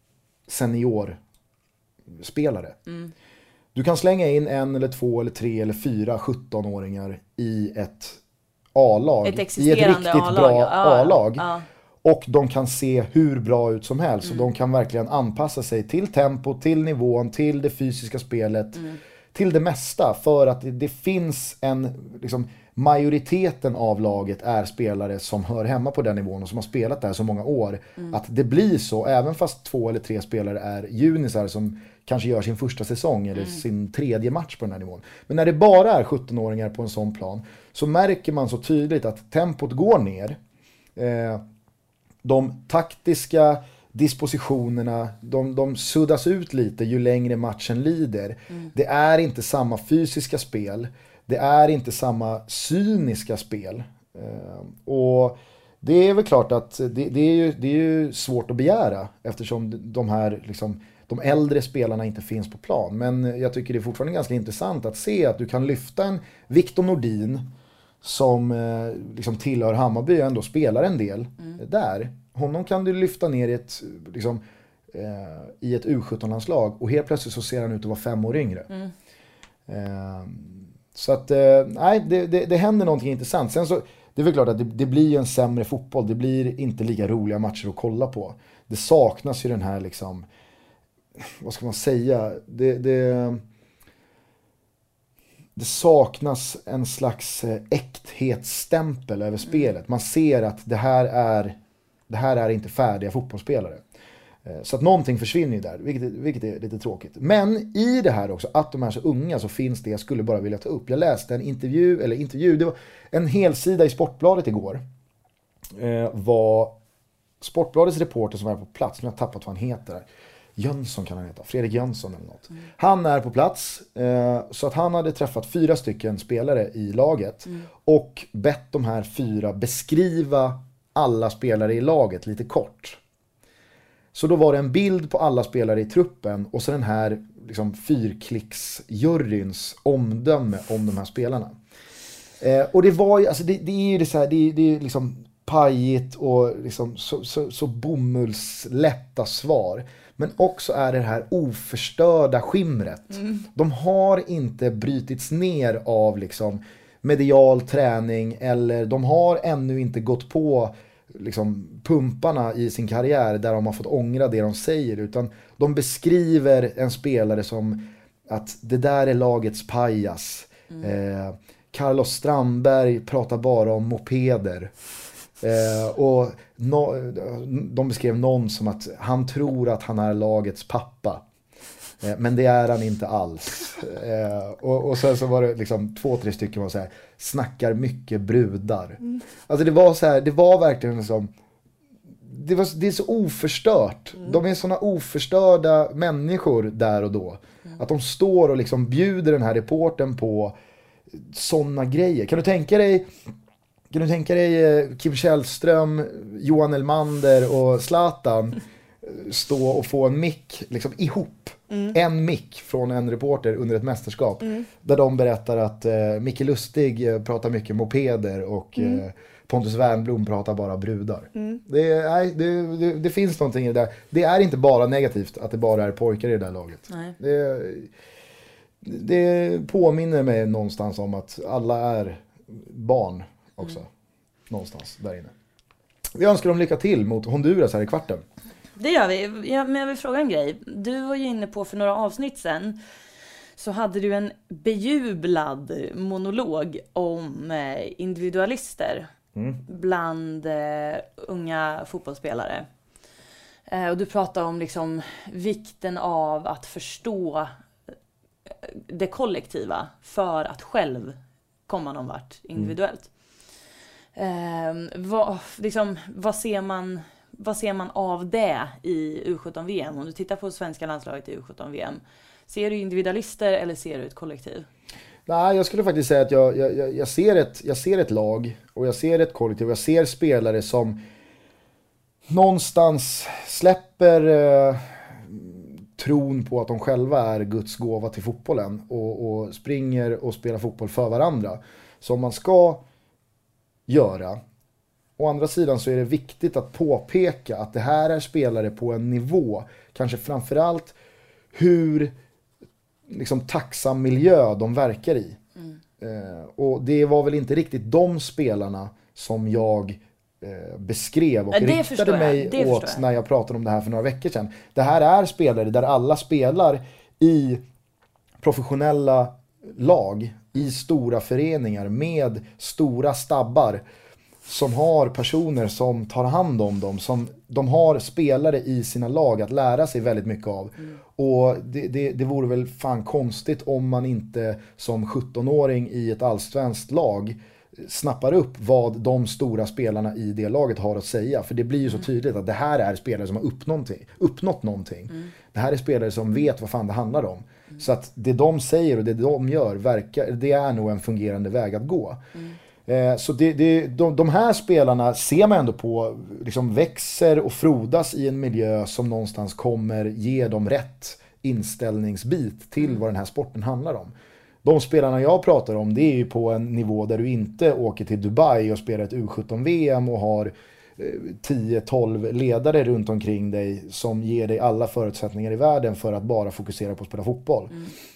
seniorspelare. Du kan slänga in 1 eller 2 eller 3 eller 4 17-åringar i ett A-lag. Ett existerande riktigt bra A-lag. Och de kan se hur bra ut som helst. Och de kan verkligen anpassa sig till tempo, till nivån, till det fysiska spelet. Till det mesta. För att det finns en... Liksom, majoriteten av laget är spelare som hör hemma på den nivån och som har spelat där så många år. Att det blir så, även fast 2 eller 3 spelare är junisar som kanske gör sin första säsong eller sin 3:e match på den här nivån. Men när det bara är 17-åringar på en sån plan, så märker man så tydligt att tempot går ner. De taktiska dispositionerna, de suddas ut lite ju längre matchen lider. Det är inte samma fysiska spel. Det är inte samma cyniska spel. Och det är väl klart att det är ju svårt att begära, eftersom de här liksom, de äldre spelarna inte finns på plan. Men jag tycker det är fortfarande ganska intressant att se att du kan lyfta en Victor Nordin som liksom tillhör Hammarby och ändå spelar en del där. Honom kan du lyfta ner i ett, liksom, i ett U17-landslag och helt plötsligt så ser han ut att vara 5 år yngre. Så att, nej, det händer någonting intressant. Sen så, det är väl klart att det blir ju en sämre fotboll. Det blir inte lika roliga matcher att kolla på. Det saknas ju den här liksom, vad ska man säga? Det saknas en slags äkthetsstämpel över spelet. Man ser att det här är inte färdiga fotbollsspelare. Så att någonting försvinner ju där, vilket är lite tråkigt. Men i det här också, att de är så unga, så finns det jag skulle bara vilja ta upp. Jag läste en intervju, det var en helsida i Sportbladet igår. Var Sportbladets reporter som var på plats, nu har jag tappat vad han heter. Jönsson kan han heta, Fredrik Jönsson eller något. Han är på plats, så att han hade träffat 4 stycken spelare i laget. Och bett de här 4 beskriva alla spelare i laget lite kort. Så då var det en bild på alla spelare i truppen och så den här liksom 4-klicksjuryns omdöme om de här spelarna. Och det var ju, alltså det är ju det så här, det är liksom pajigt och liksom så bomullslätta svar. Men också är det här oförstörda skimret. De har inte brytits ner av liksom medial träning, eller de har ännu inte gått på liksom pumparna i sin karriär där de har fått ångra det de säger, utan de beskriver en spelare som att det där är lagets pajas. Carlos Strandberg pratar bara om mopeder. Och de beskrev någon som att han tror att han är lagets pappa. Men det är han inte alls. Och sen så var det liksom 2-3 stycken var så här, snackar mycket brudar. Alltså det var så här, det var verkligen liksom, det är så oförstört. De är såna oförstörda människor där och då. Att de står och liksom bjuder den här reporten på såna grejer. Kan du tänka dig Kim Källström, Johan Elmander och Zlatan stå och få en mick liksom ihop. En mick från en reporter under ett mästerskap. Där de berättar att Micke Lustig pratar mycket mopeder och Pontus Wernbloom pratar bara brudar. Det finns någonting i det där. Det är inte bara negativt att det bara är pojkar i det där laget. Nej. Det påminner mig någonstans om att alla är barn också. Någonstans där inne. Vi önskar dem lycka till mot Honduras här i kvarten. Det gör vi. Men jag vill fråga en grej. Du var ju inne på för några avsnitt sen, så hade du en bejublad monolog om individualister bland unga fotbollsspelare. Och du pratade om liksom vikten av att förstå det kollektiva för att själv komma någon vart individuellt. Vad ser man av det i U17-VM? Om du tittar på svenska landslaget i U17-VM, ser du individualister eller ser du ett kollektiv? Nej, jag skulle faktiskt säga att jag ser ett lag och jag ser ett kollektiv. Jag ser spelare som någonstans släpper tron på att de själva är Guds gåva till fotbollen och springer och spelar fotboll för varandra. Som man ska göra. Å andra sidan så är det viktigt att påpeka att det här är spelare på en nivå, kanske framförallt hur liksom tacksam miljö de verkar i. Och det var väl inte riktigt de spelarna som jag beskrev och riktade mig åt när jag pratade om det här för några veckor sedan. Det här är spelare där alla spelar i professionella lag, i stora föreningar med stora stabbar som har personer som tar hand om dem, som de har spelare i sina lag att lära sig väldigt mycket av. Och det vore väl fan konstigt om man inte som 17-åring i ett allsvenskt lag snappar upp vad de stora spelarna i det laget har att säga. För det blir ju så tydligt att det här är spelare som har uppnått någonting. Det här är spelare som vet vad fan det handlar om. Så att det de säger och det de gör det är nog en fungerande väg att gå. Så de här spelarna ser man ändå på liksom växer och frodas i en miljö som någonstans kommer ge dem rätt inställningsbit till vad den här sporten handlar om. De spelarna jag pratar om, det är ju på en nivå där du inte åker till Dubai och spelar ett U17-VM och har 10-12 ledare runt omkring dig som ger dig alla förutsättningar i världen för att bara fokusera på att spela fotboll.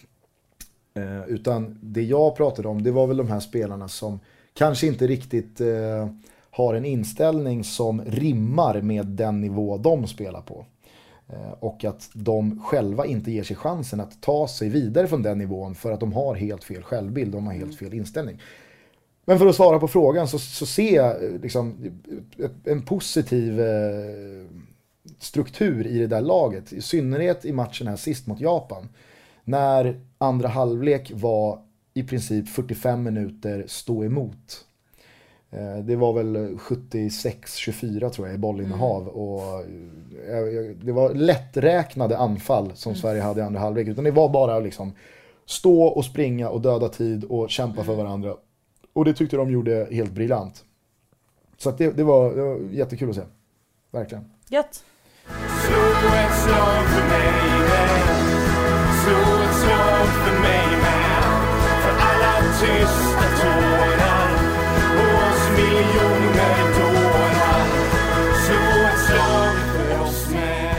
Utan det jag pratade om, det var väl de här spelarna som kanske inte riktigt har en inställning som rimmar med den nivå de spelar på. Och att de själva inte ger sig chansen att ta sig vidare från den nivån för att de har helt fel självbild, de har helt fel inställning. Men för att svara på frågan så ser jag liksom en positiv struktur i det där laget. I synnerhet i matchen här sist mot Japan. När andra halvlek var i princip 45 minuter stå emot. Det var väl 76-24 tror jag i bollinnehav och det var lätträknade anfall som Sverige hade i andra halvlek, utan det var bara liksom stå och springa och döda tid och kämpa för varandra, och det tyckte de gjorde helt briljant. Så att det var jättekul att se, verkligen. Gött. Slå ett slag för mig med, slå ett slag för mig med, för alla tysta tårar och oss miljoner dårar. Slå ett slag för oss med.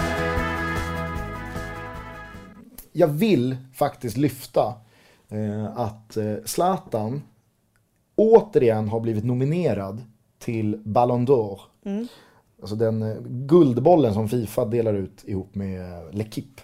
Jag vill faktiskt lyfta att Zlatan återigen har blivit nominerad till Ballon d'Or. Alltså den guldbollen som FIFA delar ut ihop med L'Equipe.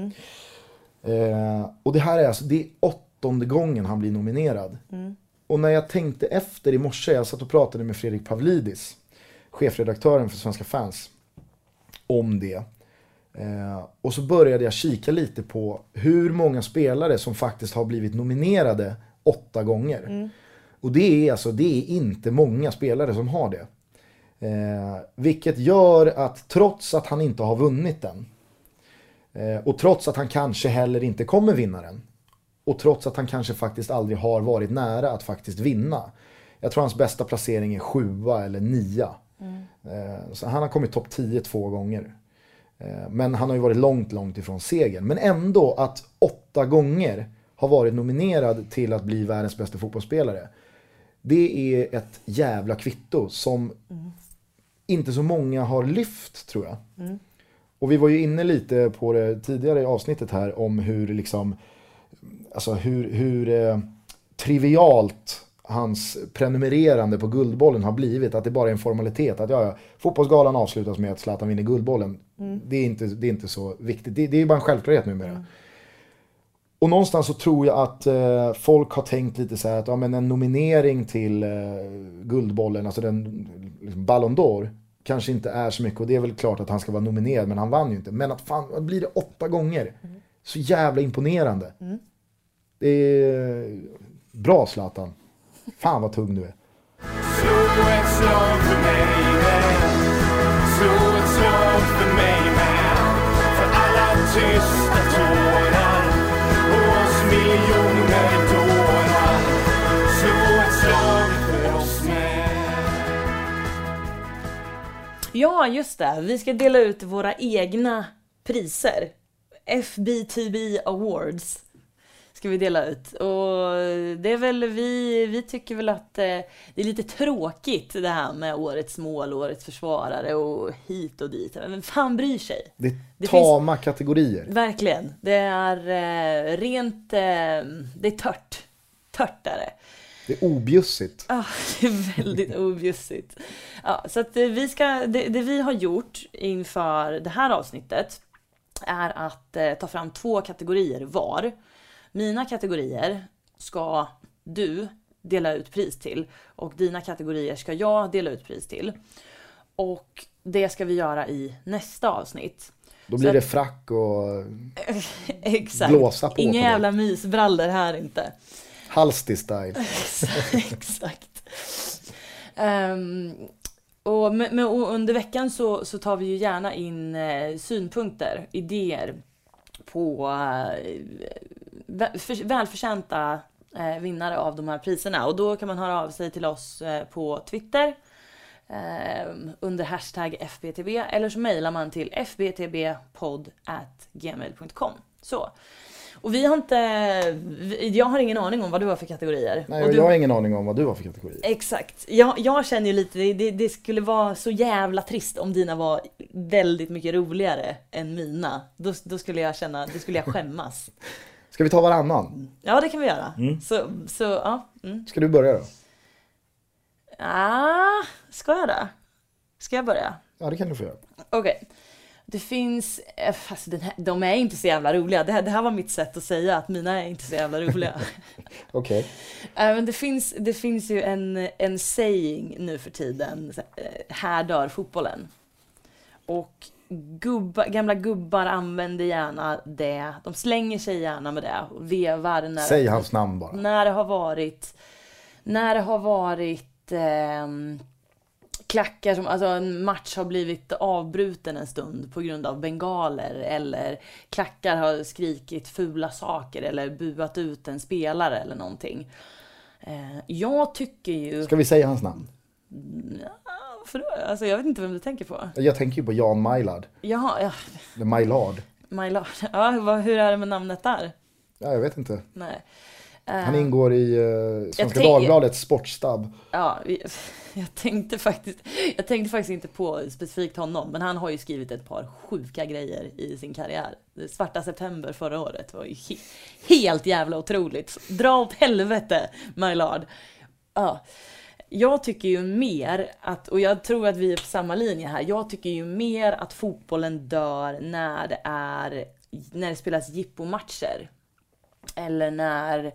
Och det här är alltså, det är 8:e gången han blir nominerad. Och när jag tänkte efter i morse, jag satt och pratade med Fredrik Pavlidis, chefredaktören för Svenska Fans, om det. Och så började jag kika lite på hur många spelare som faktiskt har blivit nominerade 8 gånger. Och det är inte många spelare som har det. Vilket gör att trots att han inte har vunnit den, och trots att han kanske heller inte kommer vinna den, och trots att han kanske faktiskt aldrig har varit nära att faktiskt vinna. Jag tror hans bästa placering är 7 eller 9. Så han har kommit topp 10 2 gånger. Men han har ju varit långt ifrån segern. Men ändå att 8 gånger har varit nominerad till att bli världens bästa fotbollsspelare. Det är ett jävla kvitto som inte så många har lyft, tror jag. Och vi var ju inne lite på det tidigare i avsnittet här om hur liksom, alltså hur trivialt hans prenumererande på Guldbollen har blivit, att det bara är en formalitet att fotbollsgalan avslutas med att Zlatan vinner Guldbollen. Det är inte så viktigt. Det är ju bara en självklarhet numera. Och någonstans så tror jag att folk har tänkt lite så här att men en nominering till Guldbollen, alltså den liksom Ballon d'Or, kanske inte är så mycket, och det är väl klart att han ska vara nominerad, men han vann ju inte. Men att fan, blir det 8 gånger? Så jävla imponerande. Det är bra, Zlatan. Fan vad tung du är. Slå ett slag för mig med. Slå ett slag för mig med. För alla tysta tårar och oss miljoner dårar. Slå ett slag för oss med. Ja, just det. Vi ska dela ut våra egna priser. FBTB Awards ska vi dela ut. Och det är väl vi tycker väl att det är lite tråkigt det här med årets mål, årets försvarare och hit och dit. Men fan bryr sig? Det är tama kategorier. Verkligen. Det är det är tört. Tört är det. Det är objussigt. Ja, det är väldigt objussigt. Ja, så att det vi har gjort inför det här avsnittet är att ta fram 2 kategorier var. Mina kategorier ska du dela ut pris till och dina kategorier ska jag dela ut pris till. Och det ska vi göra i nästa avsnitt. Då blir det frack och exakt. Blåsa på. Inga jävla mysbrallor här inte. Halsty style. Exakt. Och under veckan så tar vi ju gärna in synpunkter, idéer på välförtjänta vinnare av de här priserna. Och då kan man höra av sig till oss på Twitter under hashtag FBTB, eller så mejlar man till fbtbpodd@gmail.com. Så. Och jag har ingen aning om vad du har för kategorier. Nej, och jag har ingen aning om vad du har för kategorier. Exakt. Jag känner ju lite, det skulle vara så jävla trist om dina var väldigt mycket roligare än mina. Då skulle jag känna, det skulle jag skämmas. Ska vi ta varannan? Ja, det kan vi göra. Så ja. Ska du börja då? Ska jag då? Ska jag börja? Ja, det kan du få göra. Okej. Det finns, alltså de är inte så jävla roliga. Det här var mitt sätt att säga att mina är inte så jävla roliga. Okej. Men det finns ju en saying nu för tiden. Här dör fotbollen. Och gamla gubbar använder gärna det. De slänger sig gärna med det. Och vevar säg hans namn bara. När det har varit klackar som, alltså en match har blivit avbruten en stund på grund av bengaler, eller klackar har skrikit fula saker eller buat ut en spelare eller någonting. Jag tycker ju... Ska vi säga hans namn? Alltså jag vet inte vem du tänker på. Jag tänker ju på Jan Majlard. Ja. Majlard. Ja, hur är det med namnet där? Ja, jag vet inte. Nej. Han ingår i Svenska Dagbladets sportstab. Ja, jag tänkte faktiskt inte på specifikt honom, men han har ju skrivit ett par sjuka grejer i sin karriär. Svarta september förra året var ju helt jävla otroligt. Dra åt helvete, Majlard. Ja. Jag tycker ju mer att, och jag tror att vi är på samma linje här, jag tycker ju mer att fotbollen dör när det spelas jippomatcher. Eller när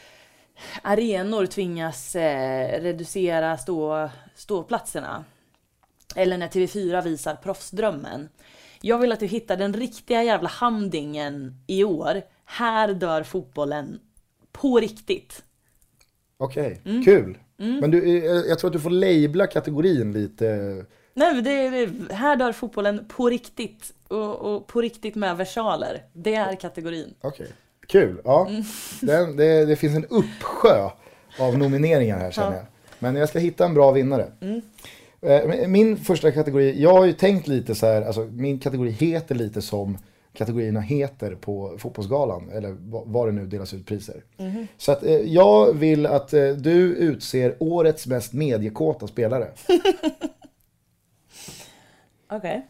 arenor tvingas reducera ståplatserna. Eller när TV4 visar proffsdrömmen. Jag vill att du hittar den riktiga jävla handingen i år. Här dör fotbollen på riktigt. Okej, kul. Men jag tror att du får labla kategorin lite. Nej, men här dör fotbollen på riktigt. Och på riktigt med versaler. Det är kategorin. Okej. Kul, ja. Det finns en uppsjö av nomineringar här, känner jag. Men jag ska hitta en bra vinnare. Min första kategori, jag har ju tänkt lite så här, alltså min kategori heter lite som kategorierna heter på fotbollsgalan, eller vad det nu delas ut priser. Så att jag vill att du utser årets mest mediekåta spelare. Okej.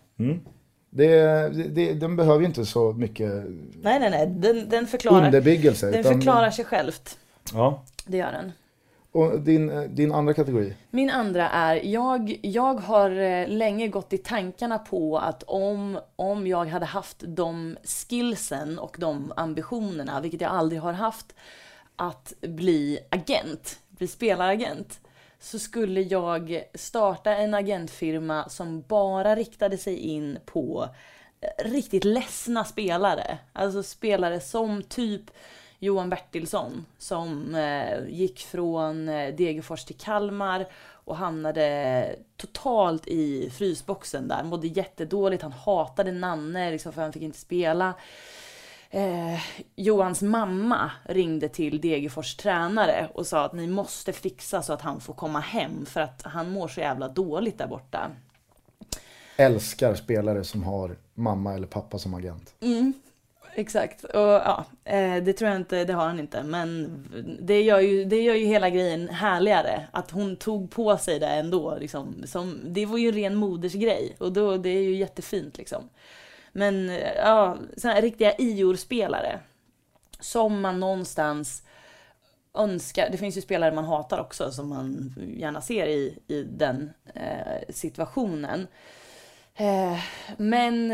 Den behöver ju inte så mycket Nej. Den förklarar, underbyggelse. den förklarar sig självt. Ja. Det gör den. Och din andra kategori? Min andra är, jag har länge gått i tankarna på att om jag hade haft de skillsen och de ambitionerna, vilket jag aldrig har haft, att bli spelaragent, så skulle jag starta en agentfirma som bara riktade sig in på riktigt ledsna spelare. Alltså spelare som typ Johan Bertilsson som gick från Degerfors till Kalmar och hamnade totalt i frysboxen där. Mådde jättedåligt, han hatade Nanne liksom, för han fick inte spela. Johans mamma ringde till Degerfors tränare och sa att ni måste fixa så att han får komma hem för att han mår så jävla dåligt där borta. Älskar spelare som har mamma eller pappa som agent. Exakt, och ja, det tror jag inte, det har han inte, men det gör ju hela grejen härligare att hon tog på sig det ändå liksom, det var ju en ren modersgrej och då, det är ju jättefint liksom. Men ja, såna här riktiga IOR-spelare som man någonstans önskar, det finns ju spelare man hatar också som man gärna ser i den situationen, men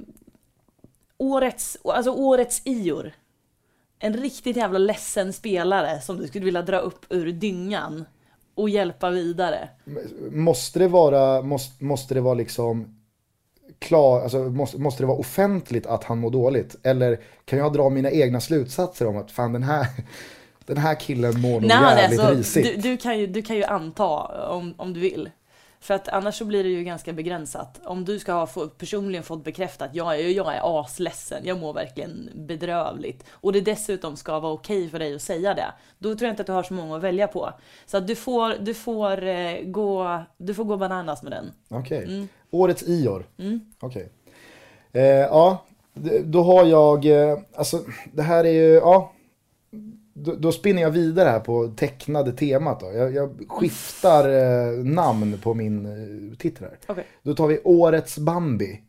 årets IOR. En riktigt jävla ledsen spelare som du skulle vilja dra upp ur dyngan och hjälpa vidare. Måste det vara liksom klar, alltså måste det vara offentligt att han mår dåligt? Eller kan jag dra mina egna slutsatser om att fan den här killen mår nog jävligt risigt? Du kan ju anta om du vill. För att annars så blir det ju ganska begränsat. Om du ska ha personligen fått bekräftat att jag är asledsen, jag mår verkligen bedrövligt. Och det dessutom ska vara okej för dig att säga det. Då tror jag inte att du har så många att välja på. Så att du får gå bananas med den. Okej. Årets IOR. Okej. Ja, då har jag, alltså det här är ju, ja. Då spinner jag vidare här på tecknade temat då. Jag skiftar namn på min titel här. Okay. Då tar vi årets Bambi.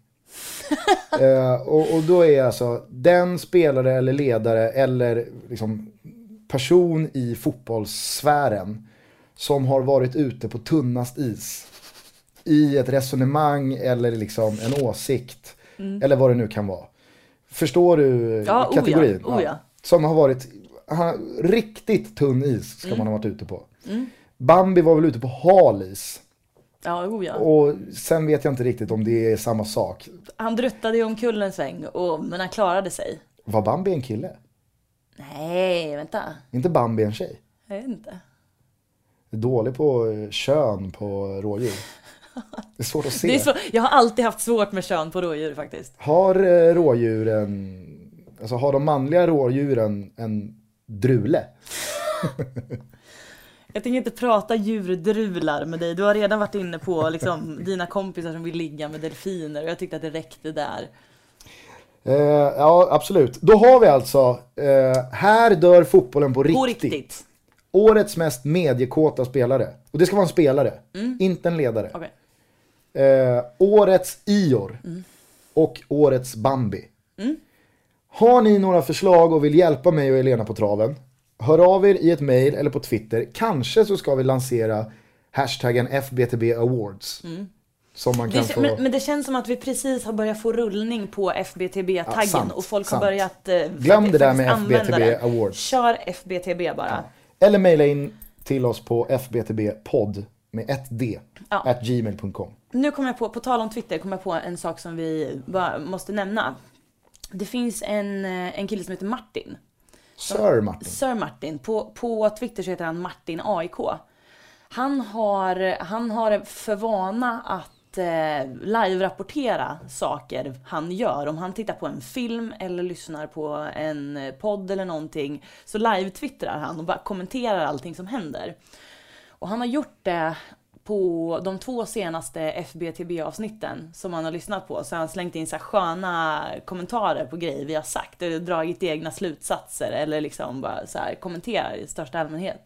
Och då är alltså den spelare eller ledare eller liksom person i fotbollssfären som har varit ute på tunnast is i ett resonemang eller liksom en åsikt eller vad det nu kan vara. Förstår du kategorin? Ja. Som har varit riktigt tunn is ska man ha varit ute på. Bambi var väl ute på hal is. Ja. Och sen vet jag inte riktigt om det är samma sak. Han druttade ju omkull en sväng, men han klarade sig. Var Bambi en kille? Nej, vänta. Inte Bambi en tjej? Jag vet inte. Dålig på kön på rådjur. Det är svårt att se. Jag har alltid haft svårt med kön på rådjur faktiskt. Har rådjuren, alltså har de manliga rådjuren en drule? Jag tänker inte prata djurdrular med dig. Du har redan varit inne på liksom, dina kompisar som vill ligga med delfiner. Och jag tyckte att det räckte där. Ja, absolut. Då har vi alltså här dör fotbollen på riktigt. Årets mest mediekåta spelare. Och det ska vara en spelare, inte en ledare. Okay. Årets IOR och årets Bambi. Har ni några förslag och vill hjälpa mig och Elena på traven? Hör av er i ett mejl eller på Twitter. Kanske så ska vi lansera hashtaggen FBTB Awards. Som man kan få... men det känns som att vi precis har börjat få rullning på FBTB-taggen. Och folk har börjat glöm det där med FBTB Awards. Kör FBTB bara. Ja. Eller mejla in till oss på FBTB-podd med 1D @gmail.com. Nu kommer jag på tal om Twitter, kommer jag på en sak som vi bara måste nämna. Det finns en kille som heter Martin. Sir Martin. På Twitter så heter han Martin AIK. Han har för vana att live-rapportera saker han gör. Om han tittar på en film eller lyssnar på en podd eller någonting, så live-twittrar han och bara kommenterar allting som händer. Och han har gjort det på de 2 senaste FBTB-avsnitten som man har lyssnat på, så har han slängt in så här sköna kommentarer på grejer vi har sagt, eller dragit egna slutsatser, eller liksom bara så här kommenterar i största allmänhet.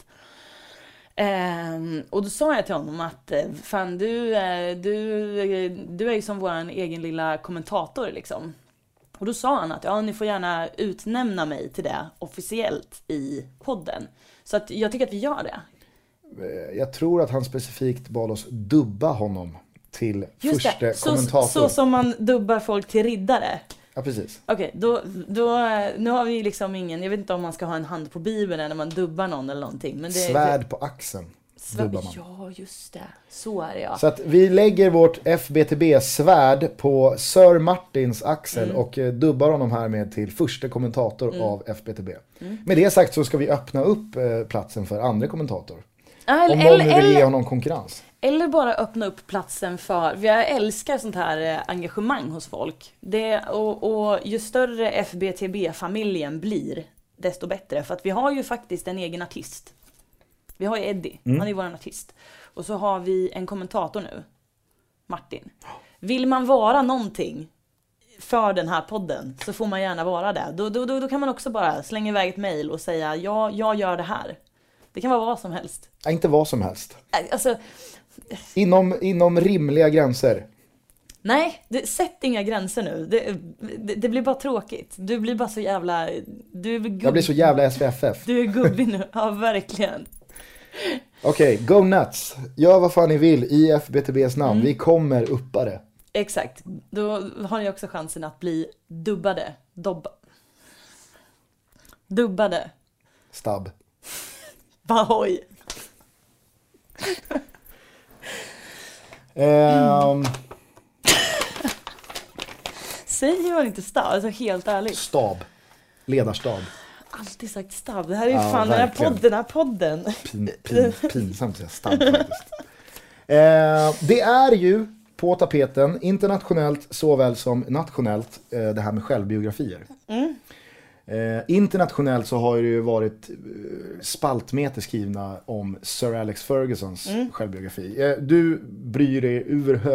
Och då sa jag till honom att fan, du är ju som våran egen lilla kommentator liksom. Och då sa han att ja, ni får gärna utnämna mig till det officiellt i podden. Så att jag tycker att vi gör det. Jag tror att han specifikt bad oss dubba honom till just första det. kommentator. Så som man dubbar folk till riddare. Ja, precis. Okej, då nu har vi liksom ingen, jag vet inte om man ska ha en hand på bibeln när man dubbar någon eller någonting. Men det Svärd på axeln. Dubbar man. Ja, just det. Så är det, ja. Så att vi lägger vårt FBTB-svärd på Sir Martins axel och dubbar honom här med till första kommentator av FBTB. Med det sagt så ska vi öppna upp platsen för andra kommentator. Om någon vill ge honom konkurrens. Eller bara öppna upp platsen för, jag älskar sånt här engagemang hos folk. Och ju större FBTB-familjen blir, desto bättre. För att vi har ju faktiskt en egen artist. Vi har ju Eddie, han är ju vår artist. Och så har vi en kommentator nu, Martin. Vill man vara någonting för den här podden så får man gärna vara det. Då kan man också bara slänga iväg ett mejl och säga ja, jag gör det här. Det kan vara vad som helst. Ja, inte vad som helst. Alltså, inom rimliga gränser. Nej, sätt inga gränser nu. Det blir bara tråkigt. Du blir bara så jävla... Jag blir så jävla SVFF. Du är gubbig nu, ja verkligen. Okej, go nuts. Gör vad fan ni vill i FBTBs namn. Vi kommer uppa det. Exakt. Då har ni också chansen att bli dubbade. Dubbade. Stabb. Bahoj. Säger man inte stab? Alltså helt ärligt. Stab. Ledarstab. Alltid sagt stab. Det här är ju fan den här podden. Pinsamt att säga stab faktiskt. Det är ju på tapeten internationellt såväl som nationellt det här med självbiografier. Internationellt så har det ju varit spaltmeter skrivna om Sir Alex Fergusons självbiografi. Du bryr dig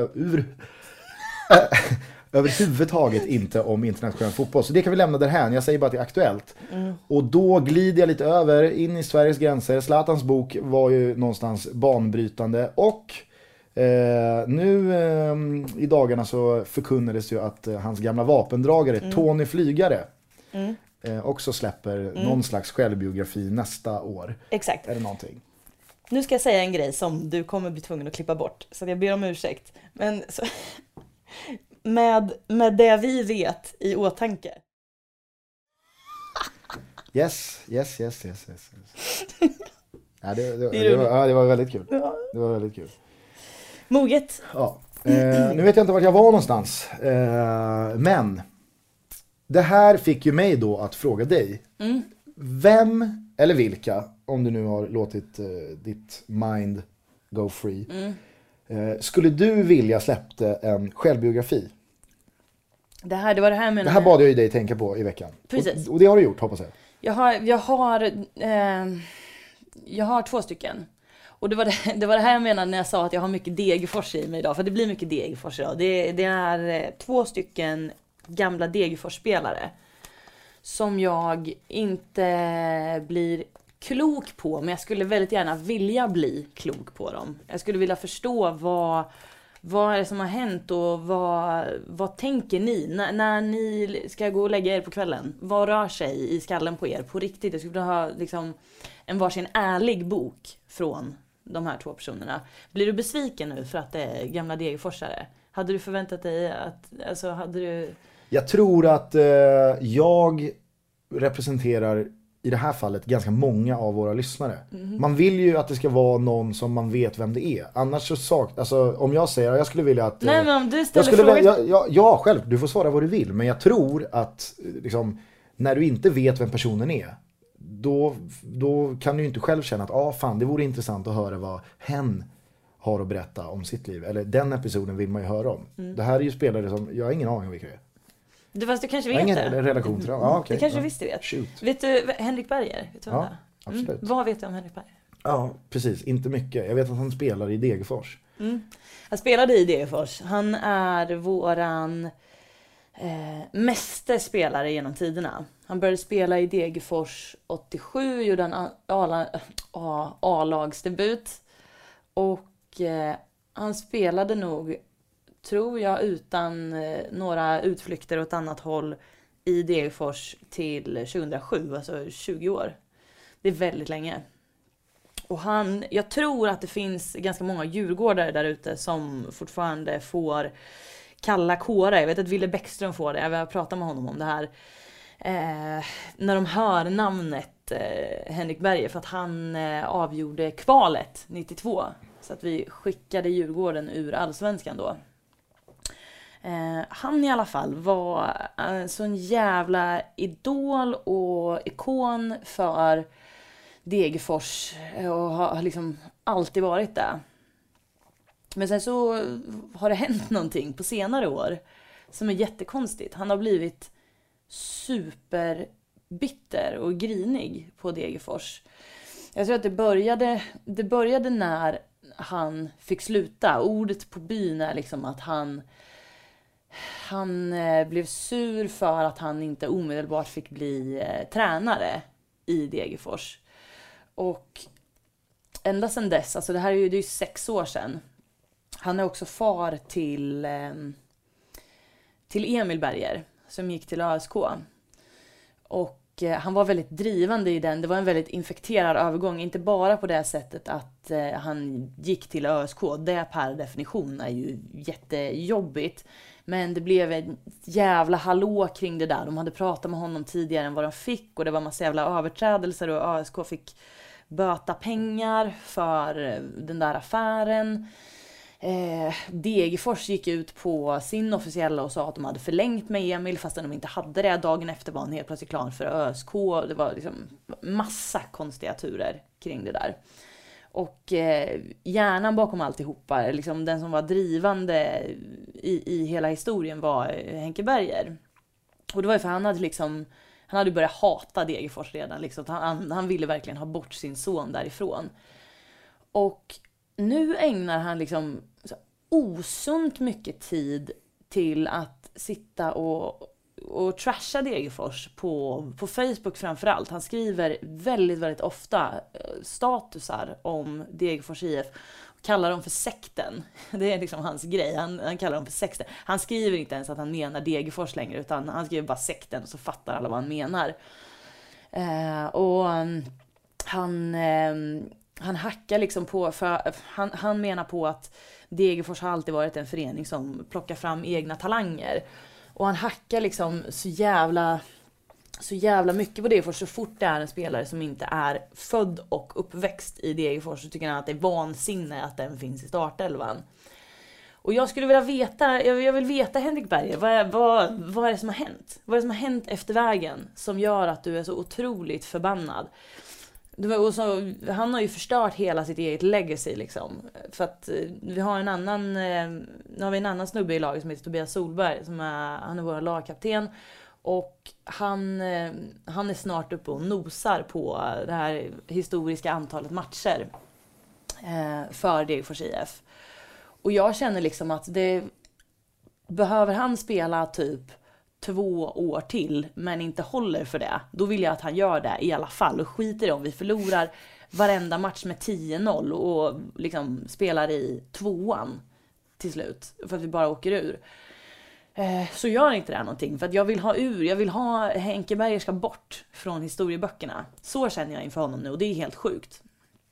överhuvudtaget inte om internationell fotboll, så det kan vi lämna därhän. Jag säger bara att det är aktuellt. Och då glider jag lite över in i Sveriges gränser. Zlatans bok var ju någonstans banbrytande och nu i dagarna så förkunnades ju att hans gamla vapendragare Tony Flygare också släpper någon slags självbiografi nästa år. Exakt. Är det någonting? Nu ska jag säga en grej som du kommer bli tvungen att klippa bort, så jag ber om ursäkt. Men så, med det vi vet i åtanke. Yes. Ja, det var väldigt kul. Det var väldigt kul. Moget. Ja. Nu vet jag inte vart jag var någonstans. Men det här fick ju mig då att fråga dig. Vem eller vilka, om du nu har låtit ditt mind go free, skulle du vilja släppte en självbiografi? Det var det här med... Det här bad jag ju dig tänka på i veckan. Precis. Och det har du gjort, hoppas jag. Jag har 2 stycken. Och det var det här jag menade när jag sa att jag har mycket Degerfors i mig idag. För det blir mycket Degerfors idag. Det är 2 stycken gamla Degerfors-spelare som jag inte blir klok på, men jag skulle väldigt gärna vilja bli klok på dem. Jag skulle vilja förstå vad är det som har hänt och vad tänker ni när ni ska gå och lägga er på kvällen? Vad rör sig i skallen på er på riktigt? Jag skulle vilja ha liksom en varsin ärlig bok från de här 2 personerna. Blir du besviken nu för att det är gamla Degerforsare? Hade du förväntat dig Jag tror att jag representerar i det här fallet ganska många av våra lyssnare. Man vill ju att det ska vara någon som man vet vem det är. Annars så alltså om jag säger jag skulle vilja att... Nej, men om du ställer ja, själv. Du får svara vad du vill. Men jag tror att liksom, när du inte vet vem personen är, då kan du ju inte själv känna att fan, det vore intressant att höra vad hen har att berätta om sitt liv. Eller den episoden vill man ju höra om. Det här är ju spelare som, jag har ingen aning om vilka det är. Fast du kanske vet ingen det. Relation till det. Okay. Det kanske du visst vet. Shoot. Vet du Henrik Berger? Vet du absolut. Vad vet du om Henrik Berger? Ja, precis. Inte mycket. Jag vet att han spelar i Degerfors. Han spelade i Degerfors. Han är våran meste spelare genom tiderna. Han började spela i Degerfors 87, gjorde en A-lagsdebut. Och han spelade nog, tror jag, utan några utflykter åt annat håll i Degerfors till 2007, alltså 20 år. Det är väldigt länge. Och jag tror att det finns ganska många djurgårdare där ute som fortfarande får kalla kårar. Jag vet att Ville Bäckström får det. Jag har pratat med honom om det här. När de hör namnet Henrik Berger, för att han avgjorde kvalet 92. Så att vi skickade Djurgården ur Allsvenskan då. Han i alla fall var en sån jävla idol och ikon för Degerfors och har liksom alltid varit det. Men sen så har det hänt någonting på senare år som är jättekonstigt. Han har blivit superbitter och grinig på Degerfors. Jag tror att det började när han fick sluta. Ordet på byn är liksom att han blev sur för att han inte omedelbart fick bli tränare i Degerfors. Och ända sedan dess, alltså det är ju 6 år sedan. Han är också far till Emil Berger som gick till ÖSK. Och han var väldigt drivande i den. Det var en väldigt infekterad övergång. Inte bara på det sättet att han gick till ÖSK. Det per definition är ju jättejobbigt. Men det blev ett jävla hallå kring det där. De hade pratat med honom tidigare än vad de fick. Och det var massa jävla överträdelser. Och ÖSK fick böta pengar för den där affären. Degerfors gick ut på sin officiella och sa att de hade förlängt med Emil fast de inte hade det. Dagen efter var han helt plötsligt klar för ÖSK. Det var liksom massa konstiga turer kring det där. Och hjärnan bakom alltihopa, liksom den som var drivande i hela historien var Henke Berger. Och det var ju för han hade börjat hata Degerfors redan. Liksom. Han ville verkligen ha bort sin son därifrån. Och nu ägnar han liksom osunt mycket tid till att sitta och trasha Degerfors på Facebook framförallt. Han skriver väldigt, väldigt ofta statusar om Degerfors IF och kallar dem för sekten. Det är liksom hans grej. Han kallar dem för sekten. Han skriver inte ens att han menar Degerfors längre utan han skriver bara sekten och så fattar alla vad han menar. Och han hackar liksom på, för han menar på att Degerfors har alltid varit en förening som plockar fram egna talanger. Och han hackar liksom så jävla mycket på Degerfors. Så fort det är en spelare som inte är född och uppväxt i Degerfors så tycker han att det är vansinne att den finns i startelvan. Och jag skulle vilja veta, jag vill veta Henrik Berger, vad är det som har hänt? Vad är det som har hänt efter vägen som gör att du är så otroligt förbannad? Han har ju förstört hela sitt eget legacy liksom. För att vi har en annan snubbe i laget som heter Tobias Solberg han är vår lagkapten och han är snart uppe och nosar på det här historiska antalet matcher för Degerfors IF. Och jag känner liksom att behöver han spela typ 2 år till men inte håller för det, då vill jag att han gör det i alla fall och skiter i om vi förlorar varenda match med 10-0 och liksom spelar i 2:an till slut för att vi bara åker ur. Så gör inte det här någonting, för att jag vill ha Henke Berger ska bort från historieböckerna. Så känner jag inför honom nu och det är helt sjukt.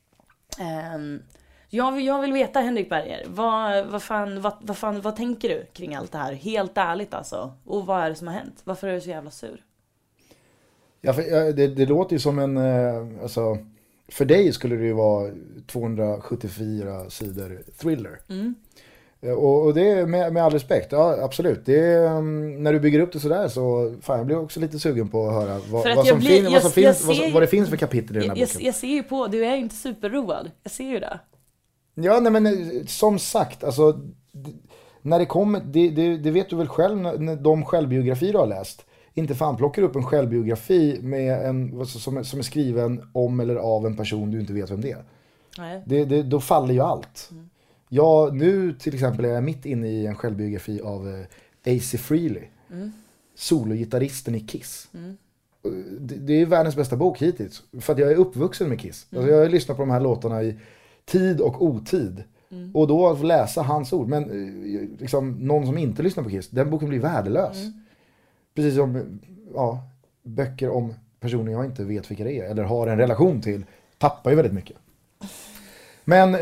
Jag vill veta Henrik Berger, vad tänker du kring allt det här? Helt ärligt alltså. Och vad är det som har hänt? Varför är du så jävla sur? Ja, det låter ju som en, alltså, för dig skulle det ju vara 274 sidor thriller. Och det är med all respekt, ja absolut. Det är, när du bygger upp det sådär så fan, jag blir också lite sugen på att höra vad det finns för kapitel i den här boken. Jag ser ju på, du är ju inte superroad. Jag ser ju det. Ja, nej, men som sagt, alltså när det kommer, det vet du väl själv när de självbiografier du har läst. Inte fan plockar upp en självbiografi med som är skriven om eller av en person du inte vet vem det är. Nej. Då faller ju allt. Jag, nu till exempel är jag mitt inne i en självbiografi av AC Frehley. Sologitarristen i Kiss. Det är världens bästa bok hittills. För att jag är uppvuxen med Kiss. Alltså jag har lyssnat på de här låtarna i tid och otid. Och då att få läsa hans ord. Men liksom, någon som inte lyssnar på Kiss, den boken blir värdelös. Precis som böcker om personer jag inte vet vilka det är. Eller har en relation till. Tappar ju väldigt mycket. Men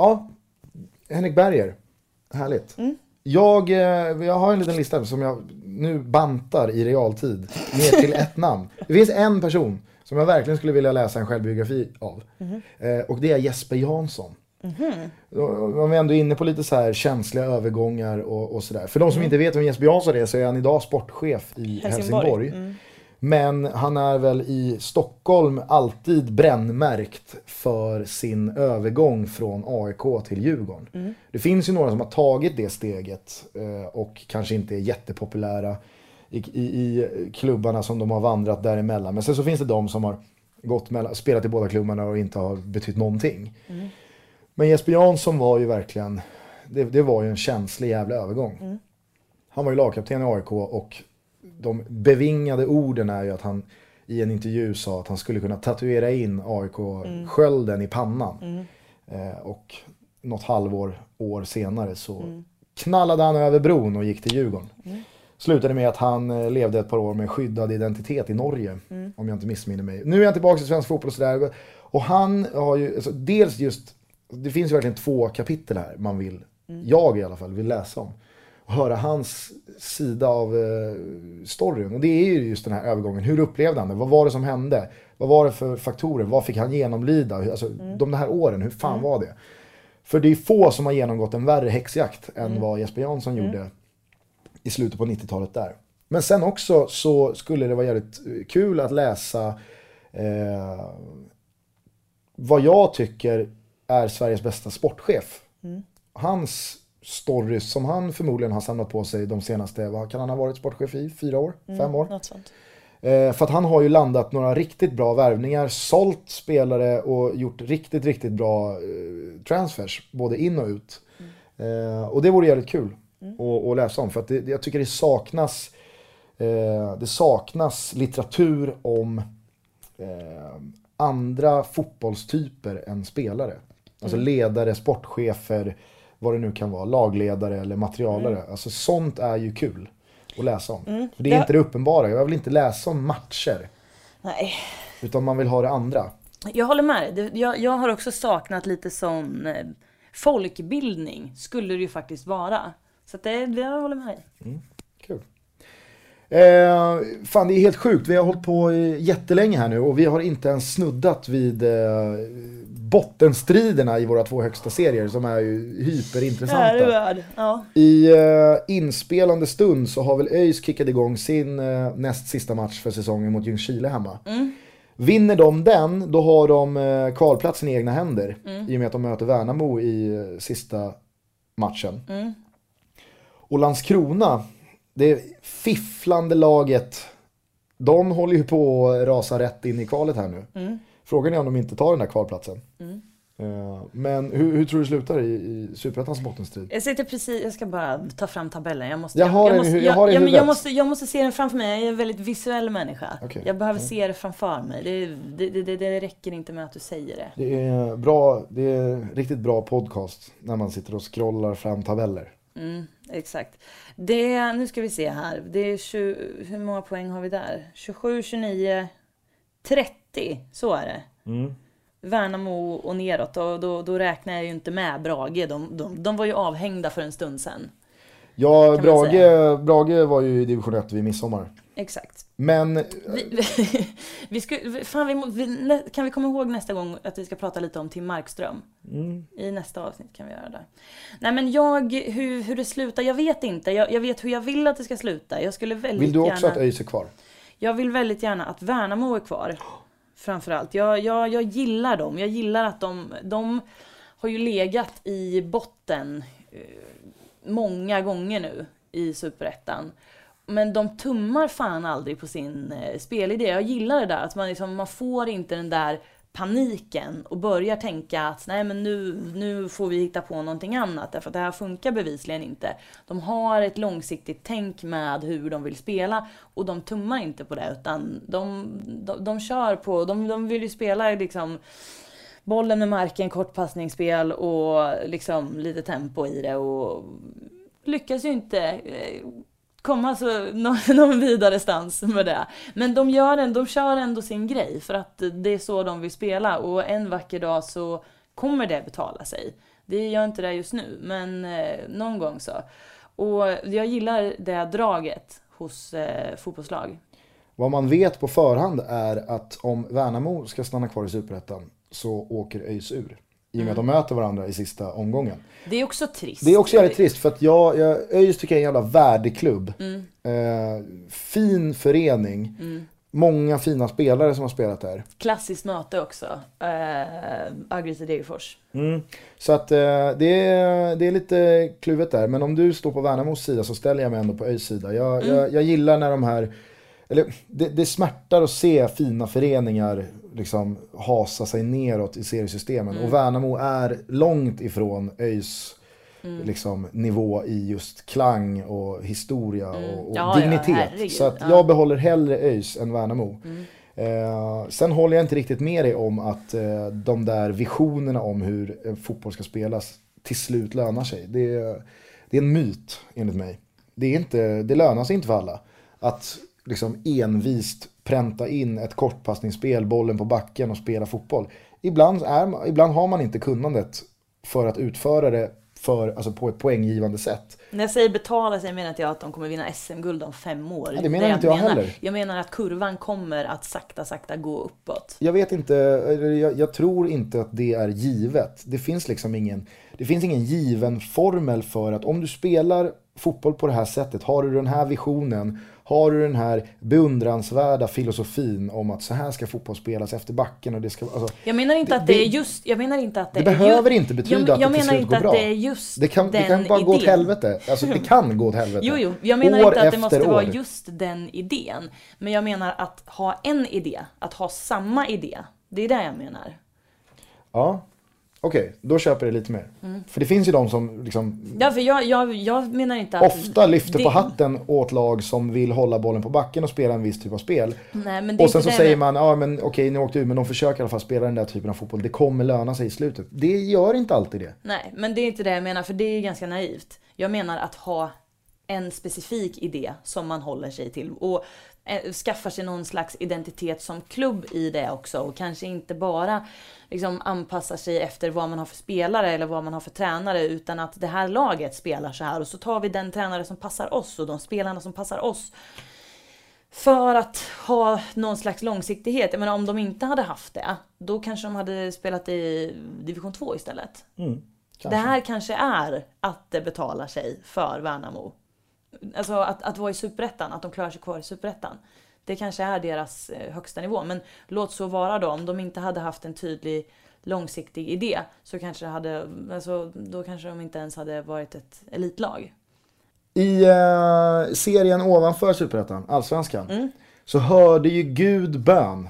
Henrik Berger. Härligt. Jag har en liten lista som jag nu bantar i realtid ner till ett namn. Det finns en person som jag verkligen skulle vilja läsa en självbiografi av. Och det är Jesper Jansson. Man är ändå inne på lite så här känsliga övergångar och sådär. För de som inte vet vem Jesper Jansson är så är han idag sportchef i Helsingborg. Men han är väl i Stockholm alltid brännmärkt för sin övergång från AIK till Djurgården. Det finns ju några som har tagit det steget och kanske inte är jättepopulära i klubbarna som de har vandrat däremellan. Men sen så finns det de som har spelat i båda klubbarna och inte har betytt någonting. Men Jesper Jansson var ju verkligen, det var ju en känslig jävla övergång. Han var ju lagkapten i AIK och de bevingade orden är ju att han i en intervju sa att han skulle kunna tatuera in AIK-skölden i pannan. Och något år senare så knallade han över bron och gick till Djurgården. Slutade med att han levde ett par år med skyddad identitet i Norge, om jag inte missminner mig. Nu är han tillbaka i svensk fotboll och sådär. Och han har ju, alltså, dels just, det finns ju verkligen 2 kapitel här man vill, jag i alla fall, vill läsa om. Och höra hans sida av storyn. Och det är ju just den här övergången. Hur upplevde han det? Vad var det som hände? Vad var det för faktorer? Vad fick han genomlida? Alltså, de här åren, hur fan var det? För det är få som har genomgått en värre häxjakt än vad Jesper Jansson gjorde i slutet på 90-talet där. Men sen också så skulle det vara jävligt kul att läsa vad jag tycker är Sveriges bästa sportchef. Hans stories som han förmodligen har samlat på sig de senaste, vad kan han ha varit sportchef i? 4 år? 5 år? Något sånt. För att han har ju landat några riktigt bra värvningar, sålt spelare och gjort riktigt, riktigt bra transfers, både in och ut. Och det vore jävligt kul att läsa om, för att jag tycker det saknas litteratur om andra fotbollstyper än spelare. Alltså ledare, sportchefer, vad det nu kan vara, lagledare eller materialare. Alltså sånt är ju kul att läsa om. För det är inte det uppenbara. Jag vill inte läsa om matcher. Nej. Utan man vill ha det andra. Jag håller med. Jag har också saknat lite sån folkbildning. Skulle det ju faktiskt vara. Så att jag håller med. Kul. Fan, det är helt sjukt. Vi har hållit på jättelänge här nu och vi har inte ens snuddat vid bottenstriderna i våra 2 högsta serier som är ju hyperintressanta. Ja. I inspelande stund så har väl ÖIS kickat igång sin näst sista match för säsongen mot Ljungskile hemma. Vinner de den, då har de kvalplatsen i egna händer i och med att de möter Värnamo i sista matchen. Och Landskrona, det fifflande laget, de håller ju på att rasa rätt in i kvalet här nu. Frågan är om de inte tar den där kvalplatsen. Men hur tror du slutar i Superettans bottenstrid? Jag ska bara ta fram tabellen. Jag måste se den framför mig. Jag är en väldigt visuell människa. Okay. Jag behöver se det framför mig. Det räcker inte med att du säger det. Det är riktigt bra podcast när man sitter och scrollar fram tabeller. Exakt. Nu ska vi se här. Det är hur många poäng har vi där? 27, 29, 30. Så är det. Värnamo och neråt. Och då räknar jag ju inte med Brage. De var ju avhängda för en stund sedan. Ja, Brage var ju i division 1 vid midsommar. Exakt. Men kan vi komma ihåg nästa gång att vi ska prata lite om Tim Markström? I nästa avsnitt kan vi göra det. Nej, men hur det slutar, jag vet inte. Jag vet hur jag vill att det ska sluta. Jag skulle väldigt vill du också gärna, att ÖIS är kvar? Jag vill väldigt gärna att Värnamo är kvar. Framförallt. Jag gillar dem. Jag gillar att de har ju legat i botten många gånger nu i Superettan. Men de tummar fan aldrig på sin spelidé. Jag gillar det där att man får inte den där paniken och börjar tänka att nej, men nu får vi hitta på någonting annat, därför att det här funkar bevisligen inte. De har ett långsiktigt tänk med hur de vill spela och de tummar inte på det, utan de kör på, de vill ju spela liksom bollen med marken, kortpassningsspel och liksom lite tempo i det, och lyckas ju inte komma så någon vidare stans med det. Men de kör ändå sin grej för att det är så de vill spela, och en vacker dag så kommer det betala sig. Det gör inte det just nu, men någon gång så. Och jag gillar det draget hos fotbollslag. Vad man vet på förhand är att om Värnamo ska stanna kvar i Superettan så åker ÖIS ur. I och med att de möter varandra i sista omgången. Det är också trist. Det är också jävligt trist, för att ÖIS tycker jag är en jävla värdig klubb. Fin förening. Många fina spelare som har spelat där. Klassiskt möte också. Agris och Degerfors. Så att det är lite kluvet där. Men om du står på Värnamos sida så ställer jag mig ändå på ÖIS sida. Jag gillar när de här... Eller, det smärtar att se fina föreningar liksom hasa sig neråt i seriesystemen. Och Värnamo är långt ifrån ÖIS liksom, nivå i just klang och historia och dignitet. Herregud, så att jag behåller hellre ÖIS än Värnamo. Sen håller jag inte riktigt med dig om att de där visionerna om hur fotboll ska spelas till slut lönar sig. Det är en myt enligt mig. Det lönar sig inte för alla att liksom envist pränta in ett kortpassningsspel, bollen på backen och spela fotboll. Ibland har man inte kunnandet för att utföra det på ett poänggivande sätt. När jag säger betala sig menar jag att de kommer vinna SM-guld om 5 år. Ja, det menar inte jag heller. Jag menar att kurvan kommer att sakta gå uppåt. Jag vet inte, jag tror inte att det är givet. Det finns liksom ingen given formel för att om du spelar fotboll på det här sättet, har du den här visionen, har du den här beundransvärda filosofin om att så här ska fotboll spelas efter backen och det ska jag menar inte att det är just det behöver inte betyda att det till slut går bra. Det är just det kan bara gå åt helvete. Alltså det kan gå åt helvete. Jo, jag menar inte att det måste vara just den idén, men jag menar att ha en idé, att ha samma idé. Det är det jag menar. Ja. Okej, då köper jag lite mer. För det finns ju de som liksom... Ja, för jag menar inte att... Ofta lyfter på hatten åt lag som vill hålla bollen på backen och spela en viss typ av spel. Nej, men det och sen så säger man, ja men okej, ni åkte ut, men de försöker i alla fall spela den där typen av fotboll. Det kommer löna sig i slutet. Det gör inte alltid det. Nej, men det är inte det jag menar, för det är ganska naivt. Jag menar att ha en specifik idé som man håller sig till. Och skaffar sig någon slags identitet som klubb i det också, och kanske inte bara liksom anpassar sig efter vad man har för spelare eller vad man har för tränare, utan att det här laget spelar så här och så tar vi den tränare som passar oss och de spelarna som passar oss, för att ha någon slags långsiktighet. Jag menar, om de inte hade haft det, då kanske de hade spelat i division 2 istället. Det här kanske är att det betalar sig för Värnamo. Alltså att vara i Superettan, att de klarar sig kvar i Superettan. Det kanske är deras högsta nivå. Men låt så vara då. Om de inte hade haft en tydlig långsiktig idé, så kanske då kanske de inte ens hade varit ett elitlag. I serien ovanför Superettan, Allsvenskan, så hörde ju Gud bön.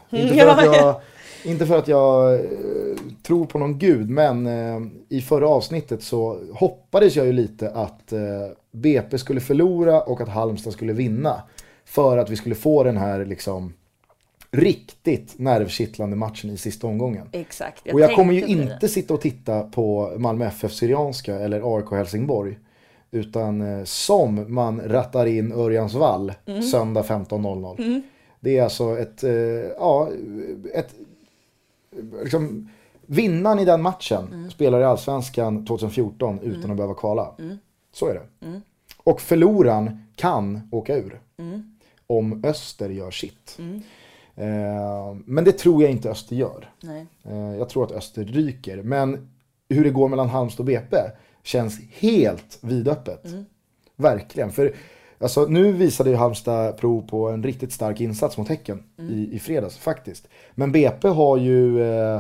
Inte för att jag tror på någon gud, men i förra avsnittet så hoppades jag ju lite att BP skulle förlora och att Halmstad skulle vinna, för att vi skulle få den här liksom riktigt nervkittlande matchen i sista omgången. Exakt. Och jag kommer ju inte sitta och titta på Malmö FF Syrianska eller AIK Helsingborg, utan som man rattar in Örjansvall söndag 15.00. Det är alltså ett liksom, vinnaren i den matchen spelar i Allsvenskan 2014 utan att behöva kvala. Så är det. Och förloraren kan åka ur om Öster gör sitt. Men det tror jag inte Öster gör. Nej. Jag tror att Öster ryker. Men hur det går mellan Halmstad och BP känns helt vidöppet. Verkligen. För alltså, nu visade ju Halmstad prov på en riktigt stark insats mot Häcken i fredags faktiskt. Men BP har ju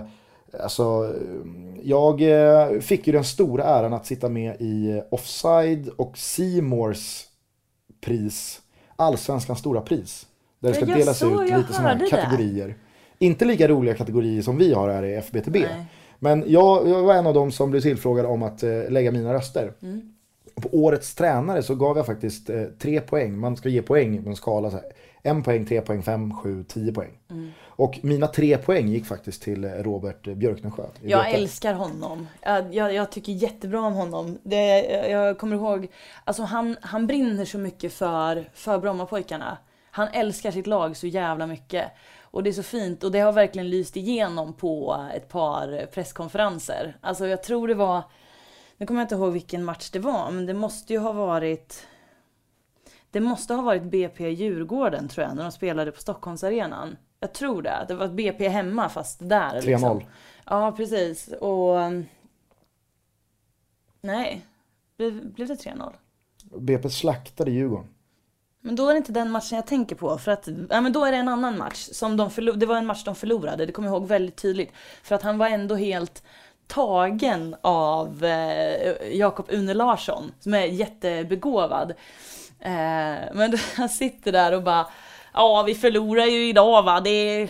jag fick ju den stora äran att sitta med i Offside och C-Mores pris, Allsvenskans stora pris. Där det ska delas ut lite sådana här kategorier Inte lika roliga kategorier som vi har här i FBTB. Nej. Men jag var en av dem som blev tillfrågad om att lägga mina röster. Och på årets tränare så gav jag faktiskt 3 poäng. Man ska ge poäng på en skala så här. 1 poäng, 3 poäng, 5, 7, 10 poäng. Och mina 3 poäng gick faktiskt till Robert Björknesjö. Jag älskar honom. Jag tycker jättebra om honom. Jag kommer ihåg, alltså han brinner så mycket för Brommapojkarna. Han älskar sitt lag så jävla mycket. Och det är så fint. Och det har verkligen lyst igenom på ett par presskonferenser. Alltså jag tror det var, nu kommer jag inte ihåg vilken match det var, men det måste ha varit BP Djurgården tror jag, när de spelade på Stockholmsarenan. Jag tror det. Det var ett BP hemma fast där. 3-0. Liksom. Ja, precis. Och nej, blev det 3-0? BP slaktade Djurgården. Men då är det inte den matchen jag tänker på. För att, men då är det en annan match. Det var en match de förlorade. Det kommer jag ihåg väldigt tydligt. För att han var ändå helt tagen av Jakob Une Larsson. Som är jättebegåvad. Men han sitter där och bara... Ja, vi förlorar ju idag va.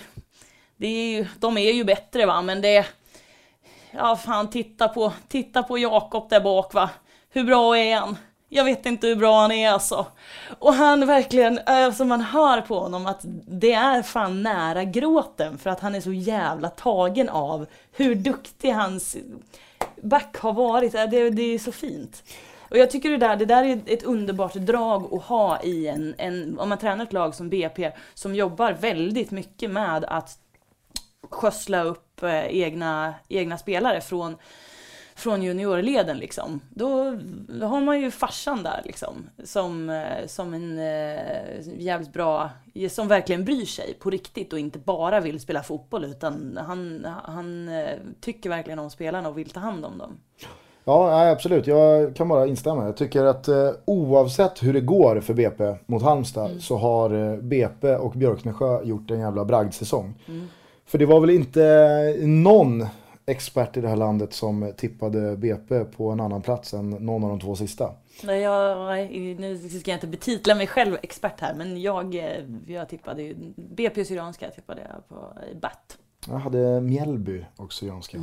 De är ju bättre va. Men det... Ja fan, titta på Jakob där bak va. Hur bra är han? Jag vet inte hur bra han är alltså. Och han verkligen, alltså man hör på honom att det är fan nära gråten. För att han är så jävla tagen av hur duktig hans back har varit. Det är så fint. Och jag tycker det där är ett underbart drag att ha i om man tränar ett lag som BP. Som jobbar väldigt mycket med att skössla upp egna spelare från juniorleden liksom. Då har man ju farsan där liksom som en jävligt bra, som verkligen bryr sig på riktigt och inte bara vill spela fotboll, utan han tycker verkligen om spelarna och vill ta hand om dem. Ja, absolut. Jag kan bara instämma. Jag tycker att oavsett hur det går för BP mot Halmstad så har BP och Björknesjö gjort en jävla bragdsäsong. För det var väl inte någon expert i det här landet som tippade BP på en annan plats än någon av de 2 sista. Nu ska jag inte betitla mig själv expert här, men jag tippade ju BP Syrianska tippade jag på BAT. Jag hade Mjällby och Syrianska.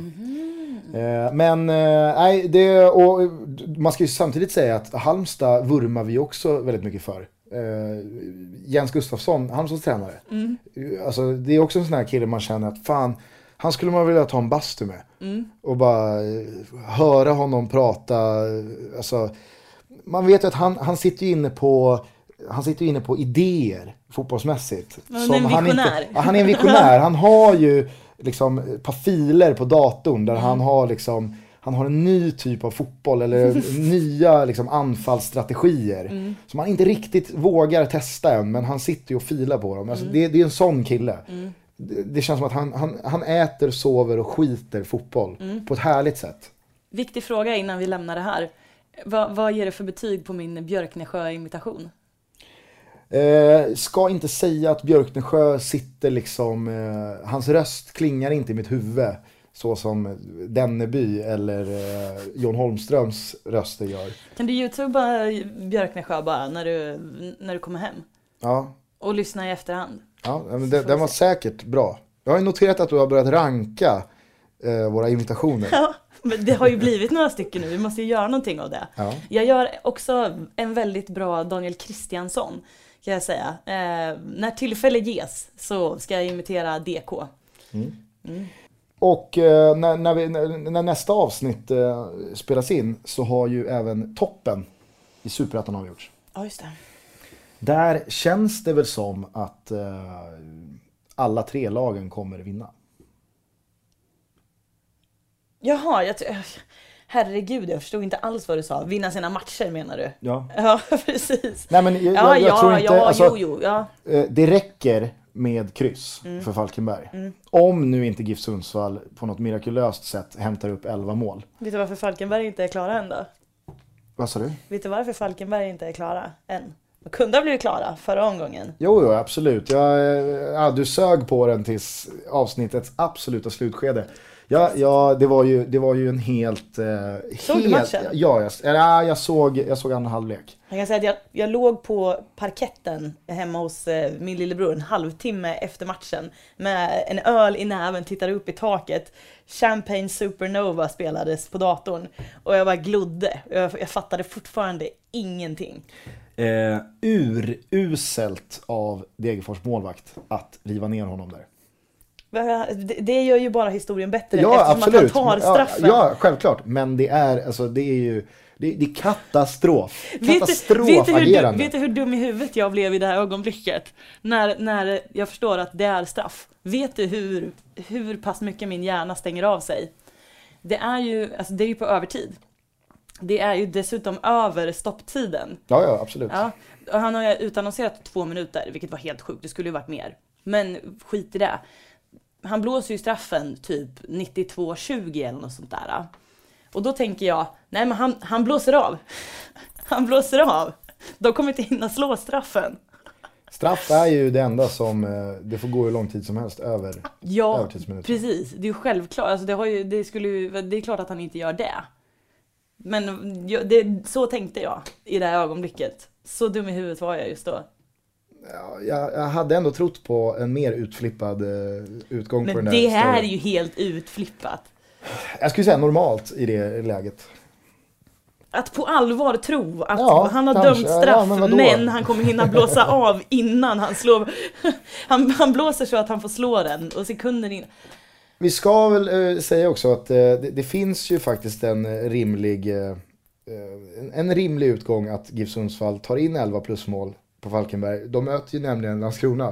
Och man ska ju samtidigt säga att Halmstad vurmar vi också väldigt mycket för. Jens Gustafsson, Halmstads tränare. Alltså, det är också en sån här kille man känner att fan, han skulle man vilja ta en bastu med. Och bara höra honom prata. Alltså, man vet ju att han sitter ju inne på idéer fotbollsmässigt. Han är en visionär. Han är en visionär. Han har ju liksom ett par filer på datorn där han har en ny typ av fotboll eller nya liksom anfallsstrategier som man inte riktigt vågar testa än, men han sitter ju och filar på dem. Alltså, det är en sån kille. Det känns som att han äter, sover och skiter fotboll på ett härligt sätt. Viktig fråga innan vi lämnar det här. Vad ger det för betyg på min Björknesjö-imitation? Ska inte säga att Björknesjö sitter liksom... hans röst klingar inte i mitt huvud så som Denneby eller John Holmströms röster gör. Kan du youtuba Björknesjö bara när du kommer hem? Ja. Och lyssna i efterhand? Ja, men den var säkert bra. Jag har ju noterat att du har börjat ranka våra imitationer. Ja, men det har ju blivit några stycken nu. Vi måste ju göra någonting av det. Ja. Jag gör också en väldigt bra Daniel Kristiansson, kan jag säga. När tillfälle ges så ska jag imitera DK. Och när nästa avsnitt spelas in så har ju även toppen i Superettan avgjorts. Ja, just det. Där känns det väl som att alla 3 lagen kommer vinna. Jaha, herregud, jag förstod inte alls vad du sa. Vinna sina matcher menar du? Ja. Ja, precis. Nej, men jag tror inte... Ja. Det räcker med kryss för Falkenberg. Om nu inte GIF Sundsvall på något mirakulöst sätt hämtar upp 11 mål. Vet du varför Falkenberg inte är klara än då? Vad sa du? Vet du varför Falkenberg inte är klara än? De kunde ha blivit klara förra omgången. Jo, absolut. Du sög på den tills avsnittets absoluta slutskede. Ja, det var ju en helt... Såg du matchen? Ja, jag såg andra halvlek. Jag kan säga att jag låg på parketten hemma hos min lillebror en halvtimme efter matchen med en öl i näven, tittade upp i taket. Champagne Supernova spelades på datorn och jag bara glodde. Jag fattade fortfarande ingenting. Uruselt av Degerfors målvakt att riva ner honom där. Det gör ju bara historien bättre, ja, eftersom absolut. att han tar straffen. Ja, självklart. Men det är katastrof. Vet du hur dum i huvudet jag blev i det här ögonblicket? När jag förstår att det är straff. Vet du hur pass mycket min hjärna stänger av sig? Det är ju på övertid. Det är ju dessutom över stopptiden. Ja, absolut. Ja, och han har utannonserat 2 minuter, vilket var helt sjukt. Det skulle ju varit mer. Men skit i det. Han blåser ju straffen typ 92-20 eller något sånt där. Och då tänker jag, nej men han blåser av. Han blåser av. De kommer inte hinna slå straffen. Straff är ju det enda som, det får gå hur lång tid som helst över övertidsminuter. Precis. Det är ju självklart. Alltså det är klart att han inte gör det. Men så tänkte jag i det här ögonblicket. Så dum i huvudet var jag just då. Ja, jag hade ändå trott på en mer utflippad utgång på den här. Men det här är ju helt utflippat. Jag skulle säga normalt i det läget. Att på allvar tro att han har dömt straff, men han kommer hinna blåsa av innan han slår. Han blåser så att han får slå den och sekunder in. Vi ska väl säga också att det finns ju faktiskt en rimlig utgång att GIF Sundsvall tar in 11 plus mål på Falkenberg. De möter ju nämligen Landskrona.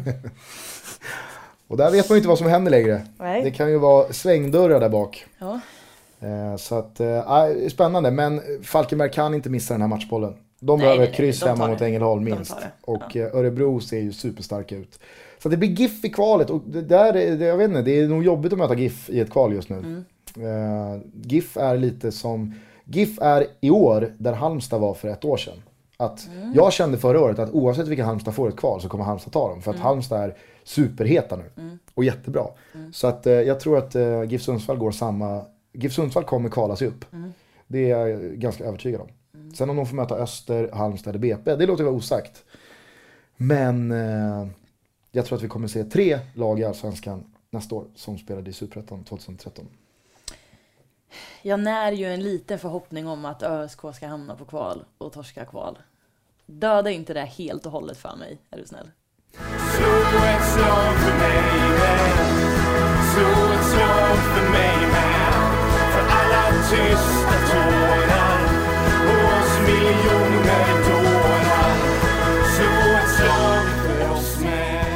Och där vet man ju inte vad som händer längre. Nej. Det kan ju vara svängdörrar där bak. Ja. Så att, spännande. Men Falkenberg kan inte missa den här matchbollen. De behöver ett kryss hemma mot Ängelholm minst. Och Örebro ser ju superstarka ut. Så det blir GIF i kvalet. Och jag vet inte, det är nog jobbigt att möta GIF i ett kval just nu. GIF är lite som... GIF är i år där Halmstad var för 1 år sedan. Jag kände förra året att oavsett vilka Halmstad får ett kval så kommer Halmstad ta dem. För att Halmstad är superheta nu. Och jättebra. Så att jag tror att GIF Sundsvall går samma... GIF Sundsvall kommer kvala sig upp. Det är jag ganska övertygad om. Sen om de får möta Öster, Halmstad eller BP, det låter vara osagt. Men jag tror att vi kommer se 3 lag i Allsvenskan nästa år som spelade i Superettan 2013. Jag när ju en liten förhoppning om att ÖSK ska hamna på kval och torska kval. Döda inte det helt och hållet för mig, är du snäll. Slå ett slag för mig med. Slå ett slag för mig med. För alla tysta tårar och oss miljoner dårar. Slå ett slag för oss med.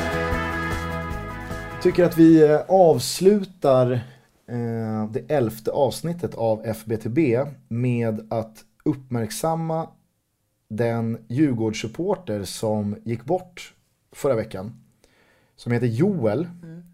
Tycker att vi avslutar det 11:e avsnittet av FBTB med att uppmärksamma den Djurgårdssupporter som gick bort förra veckan, som heter Joel.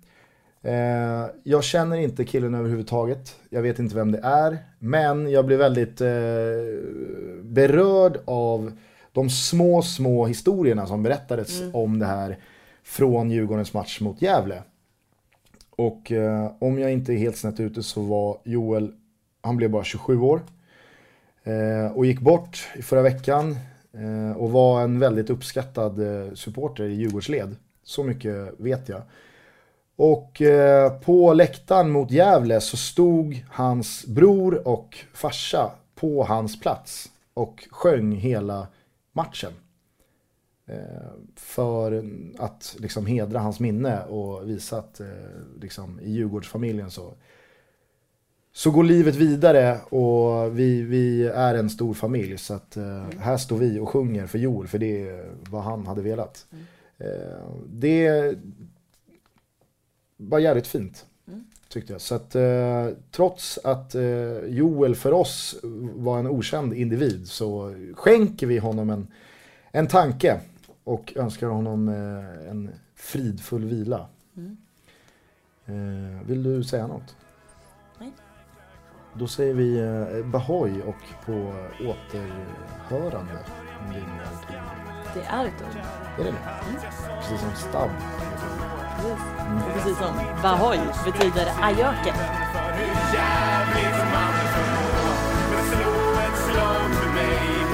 Jag känner inte killen överhuvudtaget. Jag vet inte vem det är, men jag blev väldigt berörd av de små historierna som berättades om det här från Djurgårdens match mot Gävle. Och om jag inte är helt snett ute så var Joel, han blev bara 27 år och gick bort i förra veckan och var en väldigt uppskattad supporter i Djurgårdsled. Så mycket vet jag. Och på läktaren mot Gävle så stod hans bror och farsa på hans plats och sjöng hela matchen. För att liksom hedra hans minne och visa att liksom, i Djurgårdsfamiljen så går livet vidare och vi är en stor familj. Så att här står vi och sjunger för Joel, för det är vad han hade velat. Det var jävligt fint, tyckte jag. Så att trots att Joel för oss var en okänd individ så skänker vi honom en tanke och önskar honom en fridfull vila. Vill du säga något? Nej. Då säger vi Bahoy och på återhörande. Om det är något ord. Det är ett ord. Är det det? Precis som stabb. Och precis som Bahoy betyder ajöken. Jävligt man förmår. Men slå ett slag för mig.